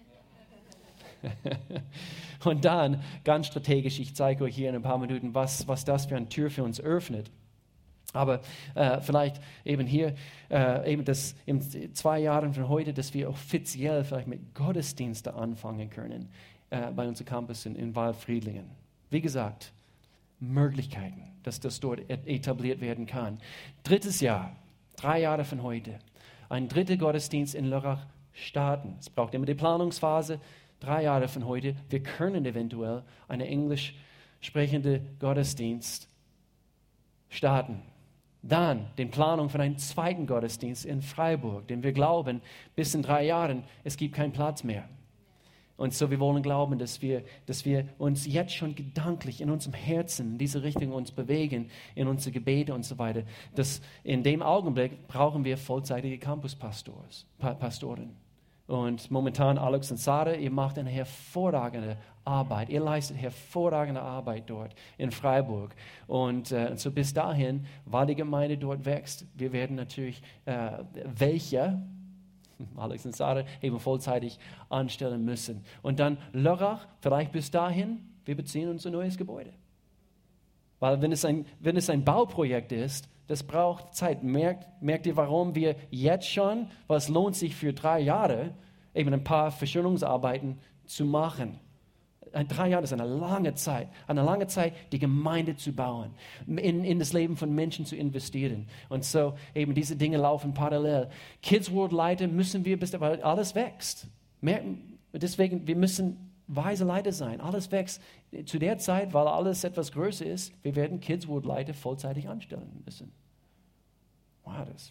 Und dann, ganz strategisch, ich zeige euch hier in ein paar Minuten, was, was das für eine Tür für uns öffnet. Aber äh, vielleicht eben hier, äh, eben das in zwei Jahren von heute, dass wir offiziell vielleicht mit Gottesdiensten anfangen können äh, bei unserem Campus in, in Waldfriedlingen. Wie gesagt, Möglichkeiten, dass das dort etabliert werden kann. Drittes Jahr, drei Jahre von heute, ein dritter Gottesdienst in Lörrach starten. Es braucht immer die Planungsphase. Drei Jahre von heute, wir können eventuell einen englisch sprechenden Gottesdienst starten. Dann die Planung von einem zweiten Gottesdienst in Freiburg, denn wir glauben, bis in drei Jahren, es gibt keinen Platz mehr. Und so wir wollen glauben, dass wir, dass wir uns jetzt schon gedanklich in unserem Herzen in diese Richtung uns bewegen, in unsere Gebete und so weiter, dass in dem Augenblick brauchen wir vollzeitige Campuspastoren. Und momentan, Alex und Sarah, ihr macht eine hervorragende Arbeit. Ihr leistet hervorragende Arbeit dort in Freiburg. Und äh, so bis dahin, weil die Gemeinde dort wächst, wir werden natürlich äh, welche, Alex und Sarah, eben vollzeitig anstellen müssen. Und dann Lörrach, vielleicht bis dahin, wir beziehen uns ein neues Gebäude. Weil wenn es ein, wenn es ein Bauprojekt ist, das braucht Zeit. Merkt, merkt ihr, warum wir jetzt schon, weil es lohnt sich für drei Jahre, eben ein paar Verschönerungsarbeiten zu machen. Ein, drei Jahre ist eine lange Zeit, eine lange Zeit, die Gemeinde zu bauen, in, in das Leben von Menschen zu investieren. Und so eben diese Dinge laufen parallel. Kids World Leiter müssen wir, bis weil alles wächst. Merken, deswegen, wir müssen weise Leiter sein. Alles wächst. Zu der Zeit, weil alles etwas größer ist, wir werden Kids World Leiter vollzeitig anstellen müssen. Wow, das.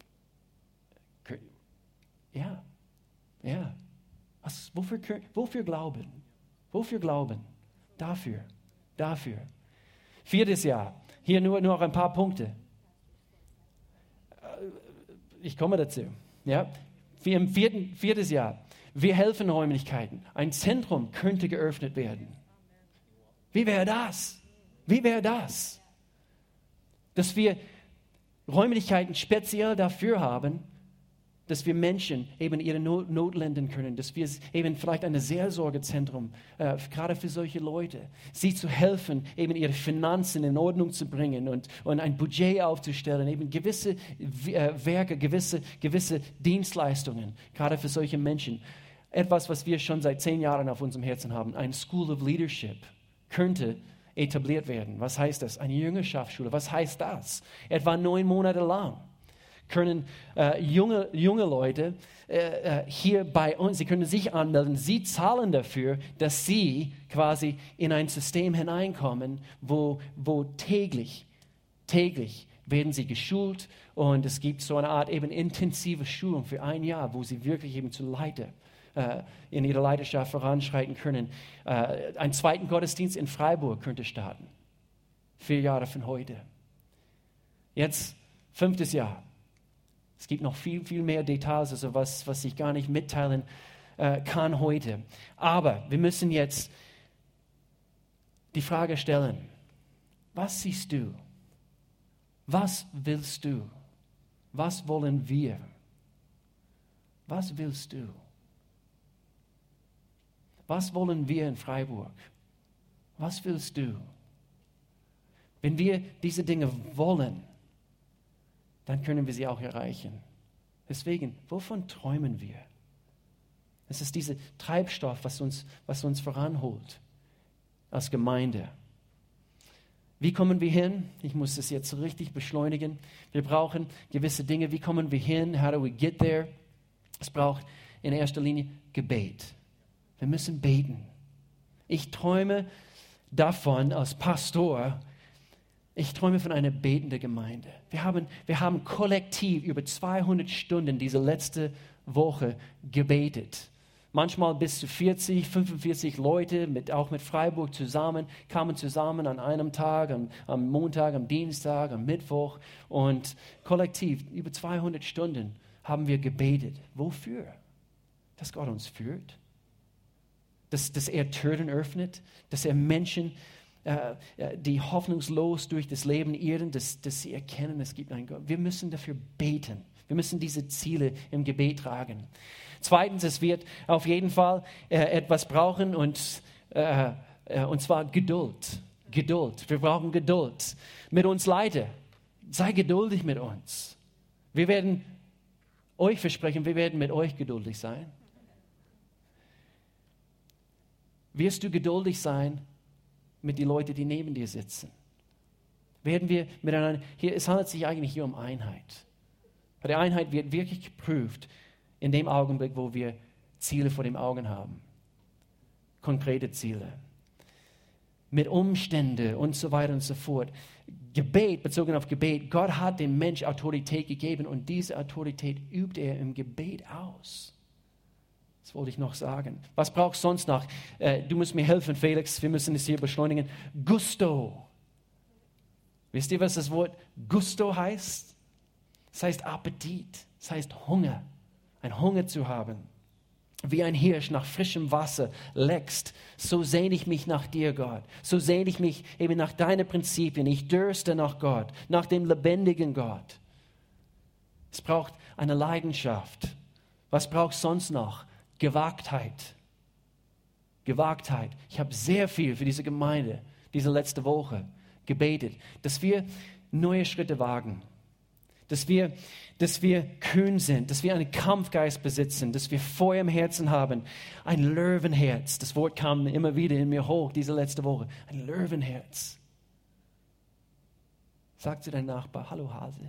Ja, ja. Was, wofür, wofür glauben? Wofür glauben? Dafür, dafür. Viertes Jahr. Hier nur, nur noch ein paar Punkte. Ich komme dazu. Ja? Wir im vierten, viertes Jahr. Wir helfen Räumlichkeiten. Ein Zentrum könnte geöffnet werden. Wie wäre das? Wie wäre das? Dass wir Räumlichkeiten speziell dafür haben, dass wir Menschen eben ihre Not, Not lenden können, dass wir eben vielleicht ein Seelsorgezentrum, äh, gerade für solche Leute, sie zu helfen, eben ihre Finanzen in Ordnung zu bringen und, und ein Budget aufzustellen, eben gewisse äh, Werke, gewisse, gewisse Dienstleistungen, gerade für solche Menschen. Etwas, was wir schon seit zehn Jahren auf unserem Herzen haben, ein School of Leadership, könnte etabliert werden. Was heißt das? Eine Jüngerschaftsschule. Was heißt das? Etwa neun Monate lang können äh, junge, junge Leute äh, hier bei uns, sie können sich anmelden, sie zahlen dafür, dass sie quasi in ein System hineinkommen, wo, wo täglich, täglich werden sie geschult und es gibt so eine Art eben intensive Schulung für ein Jahr, wo sie wirklich eben zu Leiter äh, in ihrer Leiterschaft voranschreiten können. Äh, einen zweiten Gottesdienst in Freiburg könnte starten. Vier Jahre von heute. Jetzt fünftes Jahr. Es gibt noch viel, viel mehr Details, also was, was ich gar nicht mitteilen äh, kann heute. Aber wir müssen jetzt die Frage stellen, was siehst du? Was willst du? Was wollen wir? Was willst du? Was wollen wir in Freiburg? Was willst du? Wenn wir diese Dinge wollen, dann können wir sie auch erreichen. Deswegen, wovon träumen wir? Es ist dieser Treibstoff, was uns, was uns voranholt als Gemeinde. Wie kommen wir hin? Ich muss das jetzt richtig beschleunigen. Wir brauchen gewisse Dinge. Wie kommen wir hin? How do we get there? Es braucht in erster Linie Gebet. Wir müssen beten. Ich träume davon als Pastor, ich träume von einer betenden Gemeinde. Wir haben, wir haben kollektiv über zweihundert Stunden diese letzte Woche gebetet. Manchmal bis zu vierzig, fünfundvierzig Leute, mit, auch mit Freiburg zusammen, kamen zusammen an einem Tag, am, am Montag, am Dienstag, am Mittwoch. Und kollektiv über zweihundert Stunden haben wir gebetet. Wofür? Dass Gott uns führt. Dass, dass er Türen öffnet. Dass er Menschen, äh, die hoffnungslos durch das Leben irren, dass, dass sie erkennen, es gibt einen Gott. Wir müssen dafür beten. Wir müssen diese Ziele im Gebet tragen. Zweitens, es wird auf jeden Fall äh, etwas brauchen und, äh, äh, und zwar Geduld. Geduld. Wir brauchen Geduld. Mit uns Leiter. Sei geduldig mit uns. Wir werden euch versprechen, wir werden mit euch geduldig sein. Wirst du geduldig sein mit den Leuten, die neben dir sitzen? Werden wir miteinander, hier, es handelt sich eigentlich hier um Einheit. Bei der Einheit wird wirklich geprüft, in dem Augenblick, wo wir Ziele vor den Augen haben. Konkrete Ziele. Mit Umständen und so weiter und so fort. Gebet, bezogen auf Gebet. Gott hat dem Mensch Autorität gegeben und diese Autorität übt er im Gebet aus. Das wollte ich noch sagen. Was brauchst du sonst noch? Äh, du musst mir helfen, Felix. Wir müssen es hier beschleunigen. Gusto. Wisst ihr, was das Wort Gusto heißt? Das heißt Appetit. Das heißt Hunger. Ein Hunger zu haben. Wie ein Hirsch nach frischem Wasser leckst, so sehne ich mich nach dir, Gott. So sehne ich mich eben nach deinen Prinzipien. Ich dürste nach Gott, nach dem lebendigen Gott. Es braucht eine Leidenschaft. Was braucht es sonst noch? Gewagtheit. Gewagtheit. Ich habe sehr viel für diese Gemeinde, diese letzte Woche gebetet, dass wir neue Schritte wagen. Dass wir, dass wir kühn sind, dass wir einen Kampfgeist besitzen, dass wir Feuer im Herzen haben. Ein Löwenherz. Das Wort kam immer wieder in mir hoch, diese letzte Woche. Ein Löwenherz. Sag zu deinem Nachbar, hallo Hase.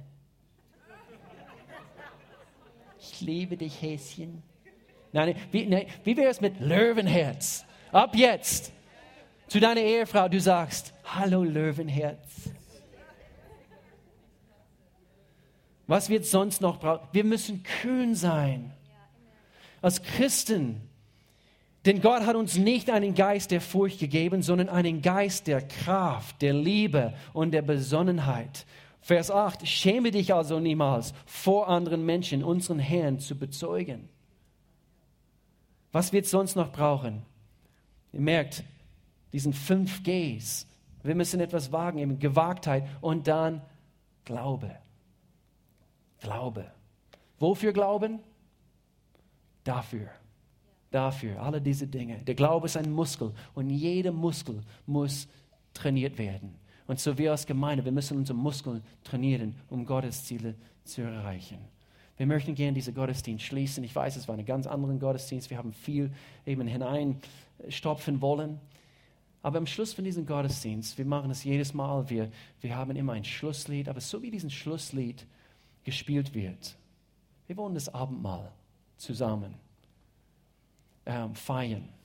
Ich liebe dich, Häschen. Nein, wie, nein, wie wäre es mit Löwenherz? Ab jetzt. Zu deiner Ehefrau, du sagst, hallo Löwenherz. Was wird sonst noch brauchen? Wir müssen kühn sein. Als Christen. Denn Gott hat uns nicht einen Geist der Furcht gegeben, sondern einen Geist der Kraft, der Liebe und der Besonnenheit. Vers acht. Schäme dich also niemals, vor anderen Menschen unseren Herrn zu bezeugen. Was wird sonst noch brauchen? Ihr merkt, diesen fünf Gs. Wir müssen etwas wagen, eben Gewagtheit und dann Glaube. Glaube. Wofür Glauben? Dafür. Dafür. Alle diese Dinge. Der Glaube ist ein Muskel und jeder Muskel muss trainiert werden. Und so wir als Gemeinde, wir müssen unsere Muskeln trainieren, um Gottes Ziele zu erreichen. Wir möchten gerne diesen Gottesdienst schließen. Ich weiß, es war ein ganz anderer Gottesdienst. Wir haben viel eben hineinstopfen wollen. Aber am Schluss von diesem Gottesdienst, wir machen es jedes Mal, wir, wir haben immer ein Schlusslied. Aber so wie dieses Schlusslied gespielt wird, wir wollen das Abendmahl zusammen ähm, feiern.